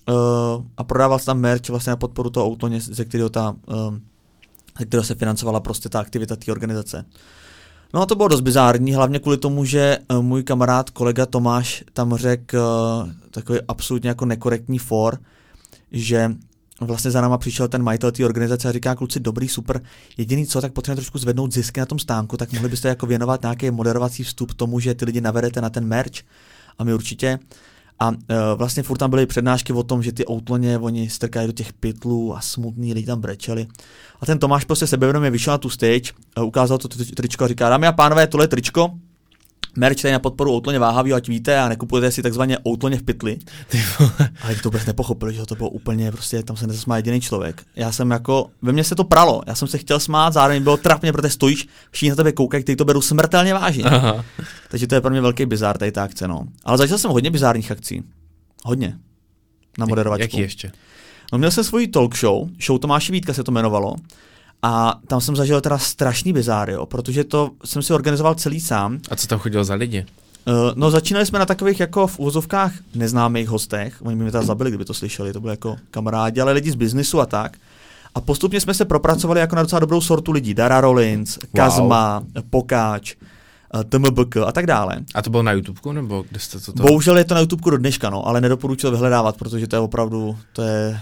a prodával se tam merch vlastně na podporu toho Outloně, ze kterého ta... Uh, kterého se financovala prostě ta aktivita té organizace. No a to bylo dost bizární, hlavně kvůli tomu, že můj kamarád, kolega Tomáš tam řekl uh, takový absolutně jako nekorektní for, že vlastně za náma přišel ten majitel té organizace a říká, kluci, dobrý, super, jediný co, tak potřebujeme trošku zvednout zisky na tom stánku, tak mohli byste jako věnovat nějaký moderovací vstup tomu, že ty lidi navedete na ten merch a my určitě. A uh, vlastně furt tam byly přednášky o tom, že ty Outloně, oni strkají do těch pytlů a smutný lidi tam brečeli. A ten Tomáš prostě sebevědomě vyšel na tu stage, uh, ukázal to tričko a říká, dámy a pánové, tohle je tričko, merch tady na podporu Outloně váhavý, ať víte a nekupujete si takzvaně Outloně v pytli. Ale to vůbec nepochopili, že to bylo úplně, prostě tam se nezasmál jediný člověk. Já jsem jako, ve mně se to pralo, já jsem se chtěl smát, zároveň bylo trapně, protože stojíš, všichni na tebe koukají, kteří to berou smrtelně vážně. Aha. Takže to je pro mě velký bizár tady ta akce, no. Ale zažil jsem hodně bizárních akcí. Hodně. Na moderovačku. Jaký ještě? No měl jsem svůj talk show, show Tomáše Vítka se to jmenovalo. A tam jsem zažil teda strašný bizár, jo, protože to jsem si organizoval celý sám. A co tam chodilo za lidi? Uh, no začínali jsme na takových jako v úvozovkách neznámých hostech, oni by mě teda zabili, kdyby to slyšeli, to byly jako kamarádi, ale lidi z biznisu a tak. A postupně jsme se propracovali jako na docela dobrou sortu lidí, Dara Rollins, Kazma, wow. Pokáč, T M B K a tak dále. A to bylo na YouTubeku, nebo kde jste to? to... Bohužel je to na YouTubeku do dneška, no, ale nedoporučil vyhledávat, protože to je opravdu, to je,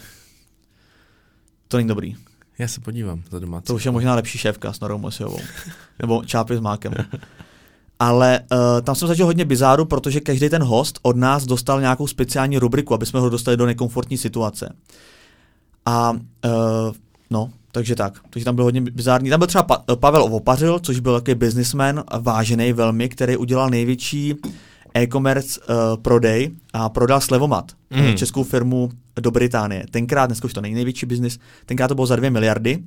to není dobrý. Já se podívám za domácí. To už je možná lepší šéfka s Norou Mosiovou. Nebo Čápy s mákem. Ale uh, tam jsem zažil hodně bizáru, protože každý ten host od nás dostal nějakou speciální rubriku, aby jsme ho dostali do nekomfortní situace. A uh, no, takže tak. Takže tam bylo hodně bizární. Tam byl třeba pa- Pavel Ovopařil, což byl takový businessman, vážený velmi, který udělal největší e-commerce uh, prodej a prodal Slevomat, mm. českou firmu do Británie. Tenkrát, dneska už to není největší biznis, tenkrát to bylo za dvě miliardy.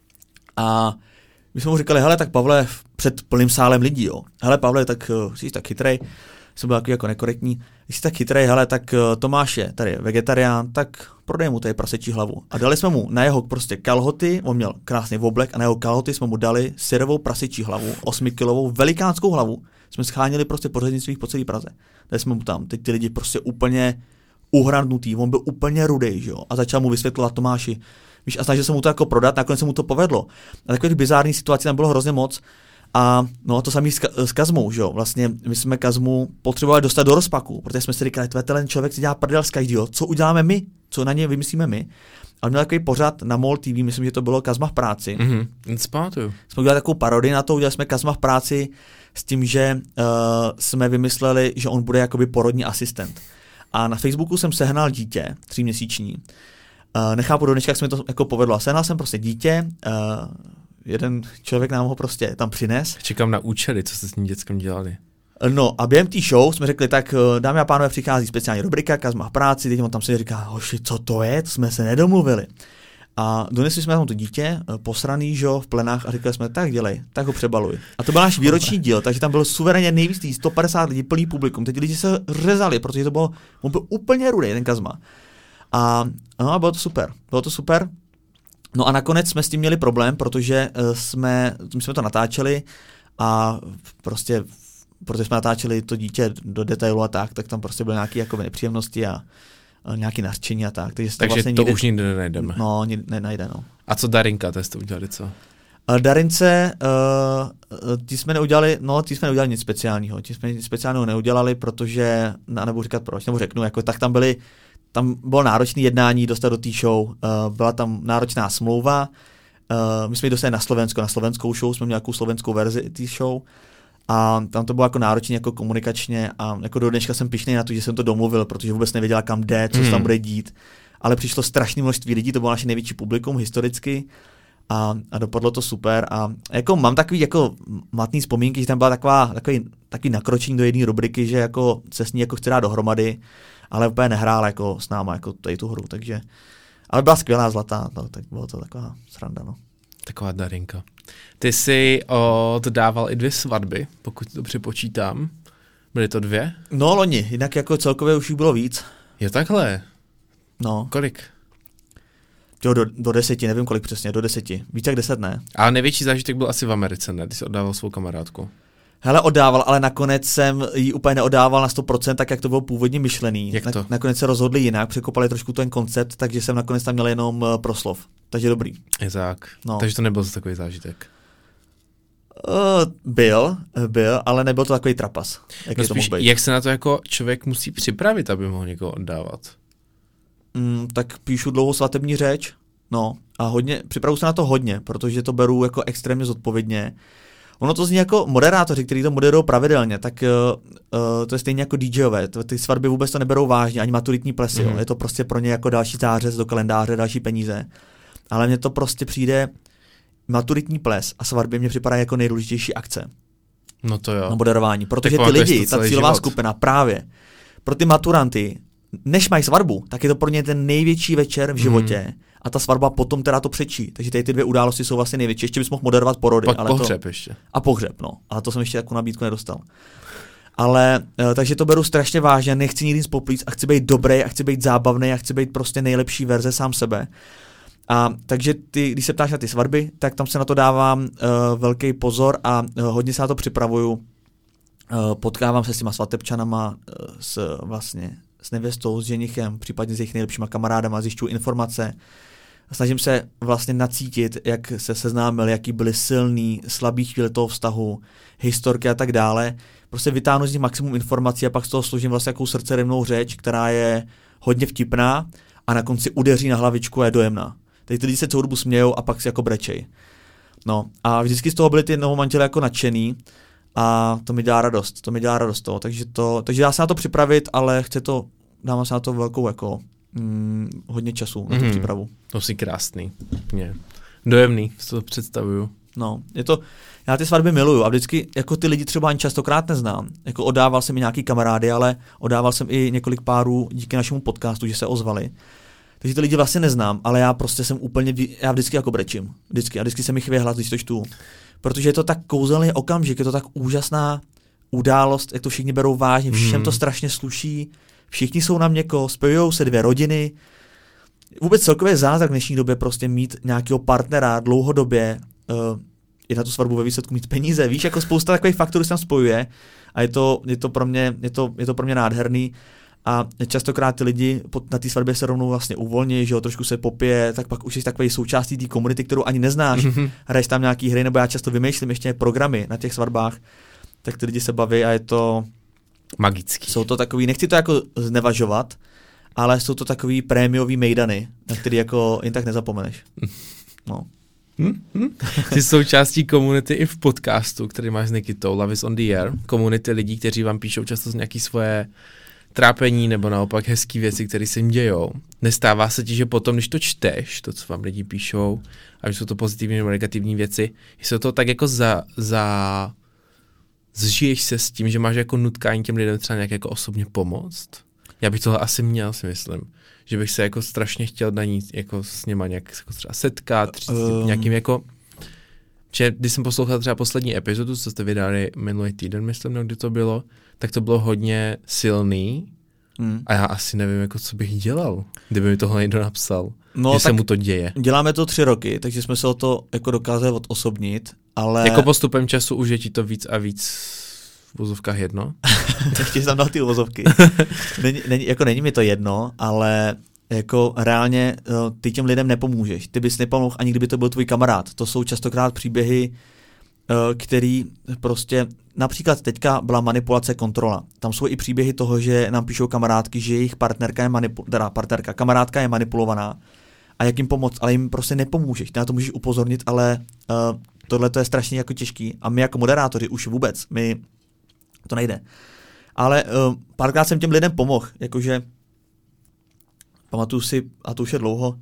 A my jsme mu říkali, hele, tak Pavle, před plným sálem lidí, jo. Hele, Pavle, tak uh, jsi tak chytrej, jsem byl takový jako nekorektní, když jsi tak chytrej, hele, tak uh, Tomáš je tady vegetarián, tak prodej mu tady prasečí hlavu. A dali jsme mu na jeho prostě kalhoty, on měl krásný oblek a na jeho kalhoty jsme mu dali syrovou prasečí hlavu, osmikilovou velikánskou hlavu. Jsme schánili prostě pořadnictvích po celé Praze. Dali jsme mu tam, teď ty lidi prostě úplně uhrandnutý, on byl úplně rudej, že jo. A začal mu vysvětlovat Tomáši, víš, a snažil se mu to jako prodat, nakonec se mu to povedlo. A takových bizárních situací tam bylo hrozně moc. A no a to samý s, s Kazmou, že jo. Vlastně my jsme Kazmu potřebovali dostat do rozpaku, protože jsme si říkali, ten člověk si dělá prdel z každého, co uděláme my, co na něj vymyslíme my. Ale měl takový pořad na MOL T V, myslím, že to bylo Kazma v práci. Mhm, zpamatuju. Jsme udělali takovou parodii na to, udělali jsme Kazma v práci s tím, že uh, jsme vymysleli, že on bude jakoby porodní asistent. A na Facebooku jsem sehnal dítě, tříměsíční. Uh, nechápu do dneška, jak se mi to jako povedlo. Sehnal jsem prostě dítě, uh, jeden člověk nám ho prostě tam přines. Čekám na účely, co jste s tím dětskem dělali. No a během té show jsme řekli, tak dámy a pánové, přichází speciální rubrika Kazma v práci, teď on tam si říká, hoši, co to je, to jsme se nedomluvili. A donesli jsme tam to dítě, posraný, že, v plenách a říkali jsme, tak dělej, tak ho přebaluj. A to byl náš výroční díl, takže tam bylo suverénně nejvíc sto padesát lidí, plný publikum. Teď lidi se řezali, protože to bylo, on byl úplně rudý, ten Kazma. A no, bylo to super, bylo to super. No a nakonec jsme s tím měli problém, protože jsme, my jsme to natáčeli a prostě, protože jsme natáčeli to dítě do detailu a tak, tak tam prostě byly nějaké jako nepříjemnosti a nějaký nařčení a tak. Takže, takže vlastně to nikde, už nikde nenajdeme. No, nikde nenajde, no. A co Darinka, to jste udělali co? Darince, uh, tí jsme neudělali, no, tí jsme neudělali nic speciálního. Tí jsme nic speciálního neudělali, protože, no, nebudu říkat proč, nebo řeknu, jako tak tam byly, tam bylo náročné jednání dostat do té show, uh, byla tam náročná smlouva, uh, my jsme ji dostali na Slovensko, na slovenskou show, jsme měli nějakou slovenskou verzi té show a tam to bylo jako náročné jako komunikačně a jako do dneška jsem pyšnej na to, že jsem to domluvil, protože vůbec nevěděla, kam jde, co se tam bude dít, ale přišlo strašné množství lidí, to bylo naše největší publikum historicky. A, a dopadlo to super a jako mám takový jako matný vzpomínky, že tam byla taková, takový, takový nakročení do jedné rubriky, že jako se s ní jako chce dát dohromady, ale úplně nehrála jako s náma jako tady tu hru, takže ale byla skvělá, zlatá, no, tak bylo to taková sranda, no. Taková Darinka. Ty jsi oddával i dvě svatby, pokud to připočítám. Byly to dvě? No loni, jinak jako celkově už jich bylo víc. Je takhle? No. Kolik? Jo, do, do deseti, nevím kolik přesně, do deseti. Víc jak deset ne. Ale největší zážitek byl asi v Americe, ne? Ty jsi oddával svou kamarádku. Hele, oddával, ale nakonec jsem ji úplně neoddával na sto procent, tak jak to bylo původně myšlený. Jak to? Na, nakonec se rozhodli jinak, překopali trošku ten koncept, takže jsem nakonec tam měl jenom uh, proslov. Takže dobrý. Je tak. No. Takže to nebyl takový zážitek. Uh, byl, byl, ale nebyl to takový trapas. Jak, no je to spíš, jak se na to jako člověk musí připravit, aby mohl někoho oddávat? Mm, tak píšu dlouhou svatební řeč, no a hodně, připravuju se na to hodně, protože to beru jako extrémně zodpovědně. Ono to zní jako moderátoři, kteří to moderují pravidelně, tak uh, uh, to je stejně jako DJové. Ty svatby vůbec to neberou vážně, ani maturitní plesy. Mm. Jo. Je to prostě pro ně jako další zářez do kalendáře, další peníze. Ale mně to prostě přijde, maturitní ples a svatby mě připadají jako nejdůležitější akce. No to jo. Na moderování, protože ty lidi, ta cílová život. skupina právě, pro ty maturanty, než mají svatbu, tak je to pro ně ten největší večer v životě. Mm. A ta svatba potom teda to přečí. Takže tady ty dvě události jsou vlastně největší. Ještě bys mohl moderovat porody. Pak ale pohřeb to... ještě. A pohřeb, no. Ale to jsem ještě takovou nabídku nedostal. Ale, takže to beru strašně vážně, nechci nikdy nic poplít a chci být dobrý a chci být zábavný a chci být prostě nejlepší verze sám sebe. A takže ty, když se ptáš na ty svatby, tak tam se na to dávám uh, velký pozor a uh, hodně se na to připravuju. Uh, potkávám se s těma svatebčanama, uh, s vlastně s nevěstou, s ženichem, případně s jejich nejlepšíma kamarádama, zjišťuju informace. Snažím se vlastně nacítit, jak se seznámili, jaký byly silný, slabý chvíle toho vztahu, historky a tak dále. Prostě vytáhnu z nich maximum informací a pak z toho složím vlastně jakou srdcerivnou řeč, která je hodně vtipná a na konci udeří na hlavičku a je dojemná. Teď ty lidi se celou dobu smějou a pak si jako brečej. No a vždycky z toho byli ty novomanželé jako nadšený a to mi dělá radost, to mi dělá radost toho. Takže, to, takže dá se na to připravit, ale chce to, dávám se na to velkou jako mm, hodně času na tu mm, přípravu. To jsi krásný, mě dojemný, si to představuju. No, je to, já ty svatby miluju a vždycky jako ty lidi třeba ani častokrát neznám. Jako oddával jsem i nějaký kamarády, ale oddával jsem i několik párů díky našemu podcastu, že se ozvali. Takže ty lidi vlastně neznám, ale já prostě jsem úplně, já vždycky jako brečím. Vždycky. A vždycky se mi chvěje hlas, když to čtu. Protože je to tak kouzelný okamžik, je to tak úžasná událost, jak to všichni berou vážně, všem mm. to strašně sluší, všichni jsou na měko, spojujou se dvě rodiny. Vůbec celkově zázrak v dnešní době prostě mít nějakého partnera dlouhodobě, uh, i na tu svatbu ve výsledku mít peníze, víš, jako spousta takových faktorů se tam spojuje a je to, je to, pro mě, je to, je to pro mě nádherný. A častokrát ty lidi na té svatbě se rovnou vlastně uvolní, že jo, trošku se popije, tak pak už jsi takový součástí té komunity, kterou ani neznáš. Mm-hmm. Hraješ tam nějaký hry, nebo já často vymýšlím ještě programy na těch svatbách, tak ty lidi se baví a je to magický. Jsou to takový, nechci to jako znevažovat, ale jsou to takový prémiový mejdany, na který jako jen tak nezapomeneš. No. Hmm, hmm. Jsi součástí komunity i v podcastu, který máš s Nikitou, Love is on the Air. Komunity lidí, kteří vám píšou často z nějaký svoje trápení nebo naopak hezký věci, které se jim dějou. Nestává se ti, že potom, když to čteš, to, co vám lidi píšou, a že jsou to pozitivní nebo negativní věci, jestli to tak jako za, za zžiješ se s tím, že máš jako nutkání těm lidem třeba nějak jako osobně pomoct? Já bych tohle asi měl, si myslím. Že bych se jako strašně chtěl na ní jako s něma nějak jako třeba setkat, um. nějakým jako... Že když jsem poslouchal třeba poslední epizodu, co jste vydali minulý týden, myslím, no, kdy to bylo, tak to bylo hodně silný mm. a já asi nevím, jako, co bych dělal, kdyby mi tohle někdo napsal, no, že se mu to děje. Děláme to tři roky, takže jsme se o to jako dokázali odosobnit, ale... Jako postupem času už je ti to víc a víc v vozovkách jedno? Ještě jsem tam dal ty vozovky. není, není, jako není mi to jedno, ale jako reálně ty těm lidem nepomůžeš. Ty bys nepomohl, ani kdyby to byl tvůj kamarád. To jsou častokrát příběhy, který prostě, například teďka byla manipulace kontrola. Tam jsou i příběhy toho, že nám píšou kamarádky, že jejich partnerka je manipu- teda partnerka, kamarádka je manipulovaná a jak jim pomoct, ale jim prostě nepomůžeš. Ty na to můžeš upozornit, ale uh, tohle to je strašně jako těžký a my jako moderátoři už vůbec, my to nejde. Ale uh, párkrát jsem těm lidem pomohl, jakože pamatuju si, a to už je dlouho,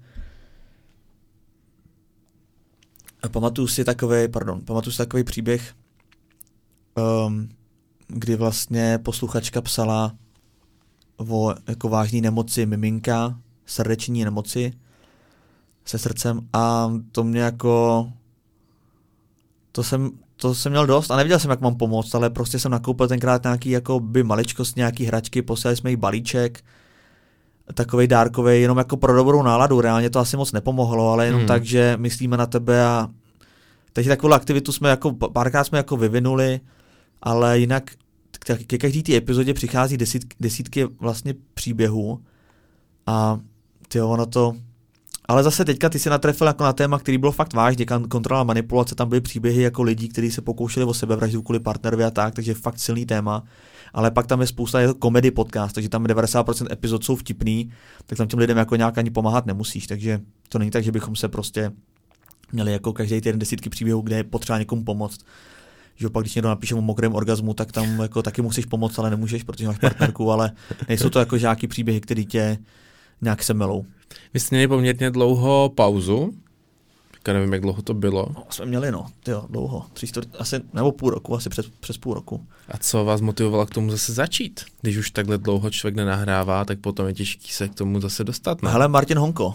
Pamatuju si takový, pardon, pamatuju si takový příběh, um, kdy vlastně posluchačka psala o jako vážné nemoci miminka, srdeční nemoci se srdcem a to mě jako, to jsem, to jsem měl dost a nevěděl jsem, jak mám pomoct, ale prostě jsem nakoupil tenkrát nějaký jako by maličkost, nějaký hračky, poslali jsme jí balíček, takovej dárkovej, jenom jako pro dobrou náladu, reálně to asi moc nepomohlo, ale jenom hmm. tak, že myslíme na tebe a takže takovou aktivitu jsme jako, párkrát jsme jako vyvinuli, ale jinak ke každý té epizodě přichází desítky, desítky vlastně příběhů a tyjo, ono to, ale zase teďka ty si natrefil jako na téma, který bylo fakt vážně, kontrola manipulace, tam byly příběhy jako lidí, kteří se pokoušeli o sebevraždu kvůli partnerovi a tak, takže fakt silný téma. Ale pak tam je spousta jako comedy podcast, takže tam devadesát procent epizod jsou vtipný, tak tam těm lidem jako nějak ani pomáhat nemusíš, takže to není tak, že bychom se prostě měli jako každý týden desítky příběhů, kde je potřeba někomu pomoct. Že pak když někdo napíše o mokrém orgazmu, tak tam jako taky musíš pomoct, ale nemůžeš, protože máš partnerku, ale nejsou to jako žáky příběhy, který tě nějak semelou. Vy jste měli poměrně dlouho pauzu, já nevím, jak dlouho to bylo. No, jsme měli, no, tyjo, dlouho, tři čtvrt, asi, nebo půl roku, asi přes, přes půl roku. A co vás motivovalo k tomu zase začít? Když už takhle dlouho člověk nenahrává, tak potom je těžký se k tomu zase dostat, ne? Hele, Martin Honko,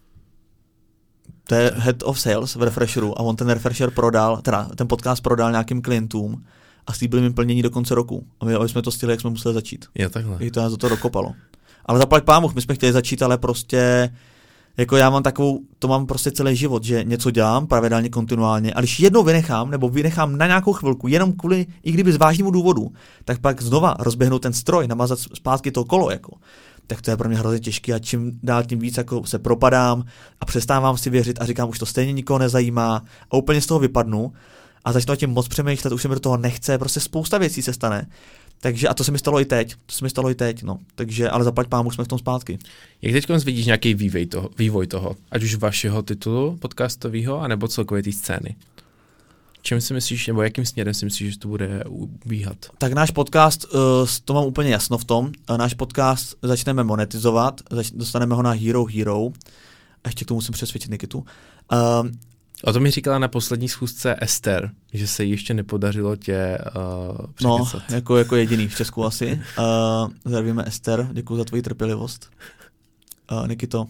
to je head of sales v Refresheru a on ten Refresher prodal, teda ten podcast prodal nějakým klientům a slíbil jim plnění do konce roku. A my aby jsme to stihli, jak jsme museli začít. Je takhle. I to nás do toho dokopalo. Ale zaplať pámuch, my jsme chtěli začít, ale prostě jako já mám takovou, to mám prostě celý život, že něco dělám pravidelně, kontinuálně a když jednou vynechám, nebo vynechám na nějakou chvilku, jenom kvůli, i kdyby z vážnému důvodu, tak pak znova rozběhnout ten stroj, namazat zpátky to kolo, jako. Tak to je pro mě hrozně těžké a čím dál tím víc jako se propadám a přestávám si věřit a říkám, už to stejně nikoho nezajímá a úplně z toho vypadnu a začnu tím moc přemýšlet, už se mi do toho nechce, prostě spousta věcí se stane. Takže a to se mi stalo i teď, to se mi stalo i teď, no. Takže, ale zaplať pámu, jsme v tom zpátky. Jak teď vidíš nějaký vývoj toho, vývoj toho, ať už vašeho titulu podcastového, anebo celkově té scény? Čím si myslíš, nebo jakým směrem si myslíš, že to bude ubíhat? Tak náš podcast, uh, to mám úplně jasno v tom, uh, náš podcast začneme monetizovat, zač- dostaneme ho na Hero Hero, a ještě k tomu musím přesvědčit Nikitu. Uh, O to mi říkala na poslední schůzce Ester, že se jí ještě nepodařilo tě uh, překecat. No, jako, jako jediný v Česku asi. Uh, zdravíme Ester, děkuji za tvoji trpělivost. Uh, Nikito,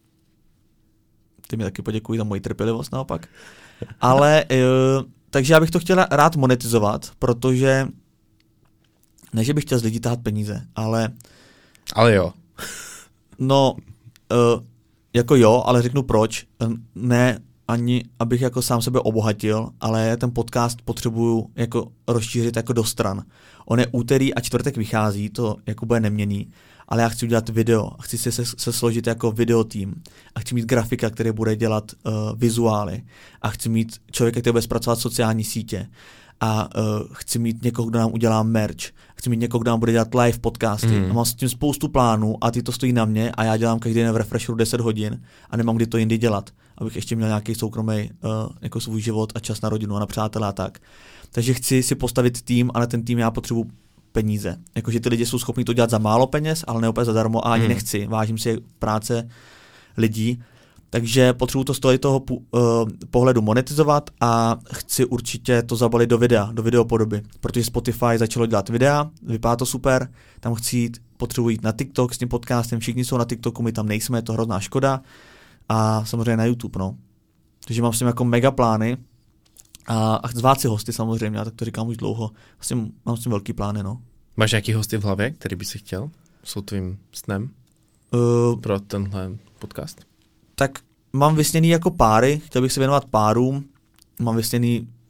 ty mi taky poděkuji za moji trpělivost naopak. Ale, uh, takže já bych to chtěla rád monetizovat, protože ne, že bych chtěl z lidí tahat peníze, ale... Ale jo. No, uh, jako jo, ale řeknu proč. Ne, ani abych jako sám sebe obohatil, ale ten podcast potřebuju jako rozšířit jako do stran. On je úterý a čtvrtek vychází, to jako bude neměnný, ale já chci udělat video a chci se, se, se složit jako videotým a chci mít grafika, který bude dělat uh, vizuály a chci mít člověka, který bude zpracovat sociální sítě a uh, chci mít někoho, kdo nám udělá merch, chci mít někoho, kdo nám bude dělat live podcasty mm. a mám s tím spoustu plánů a ty to stojí na mě a já dělám každý den v Refresheru deset hodin a nemám kdy to jindy dělat, abych ještě měl nějaký soukromý uh, jako svůj život a čas na rodinu a na přátelé a tak. Takže chci si postavit tým, ale ten tým já potřebuji peníze. Jakože ty lidi jsou schopni to dělat za málo peněz, ale ne úplně zadarmo a ani mm. nechci. Vážím si práce lidí. Takže potřebuji to z toho, toho uh, pohledu monetizovat a chci určitě to zabalit do videa, do videopodoby, protože Spotify začalo dělat videa, vypadá to super, tam chci jít, potřebuji jít na TikTok s tím podcastem, všichni jsou na TikToku, my tam nejsme, je to hrozná škoda a samozřejmě na YouTube, no. Takže mám s tím jako mega plány a, a zvát si hosty samozřejmě, já tak to říkám už dlouho, vlastně mám s tím velký plány, no. Máš nějaký hosty v hlavě, který by si chtěl? Jsou tvým snem uh, pro tenhle podcast? Tak mám vysněný jako páry, chtěl bych se věnovat párům, mám vysněný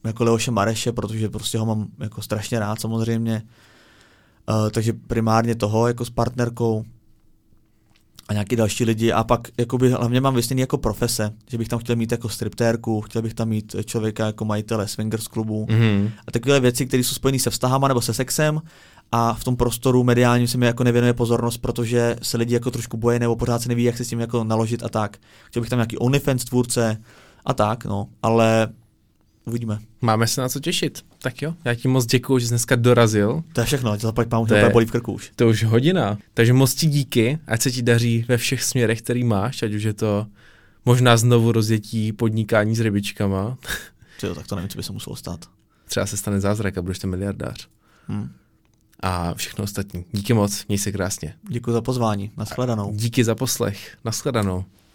jako Leoše Mareše, protože prostě ho mám jako strašně rád samozřejmě. Uh, takže primárně toho jako s partnerkou a nějaký další lidi a pak jakoby, hlavně mám vysněný jako profese, že bych tam chtěl mít jako striptérku, chtěl bych tam mít člověka jako majitele swingers klubu mm-hmm. a takové věci, které jsou spojené se vztahama nebo se sexem a v tom prostoru mediálním se mi jako nevěnuje pozornost, protože se lidi jako trošku bojí nebo pořád se neví, jak se s tím jako naložit a tak. Chtěl bych tam nějaký OnlyFans tvůrce a tak, no, ale uvidíme. Máme se na co těšit. Tak jo, já ti moc děkuju, že jsi dneska dorazil. To je všechno, zaplať pámu, že bolí v krku už. To už hodina. Takže moc ti díky, ať se ti daří ve všech směrech, který máš, ať už je to možná znovu rozjetí podnikání s rybičkama. Jo, tak to nevím, co by se muselo stát. Třeba se stane zázrak a budeš ten miliardář. Hmm. A všechno ostatní. Díky moc, měj se krásně. Děkuji za pozvání, nashledanou. Díky za poslech, nashledanou.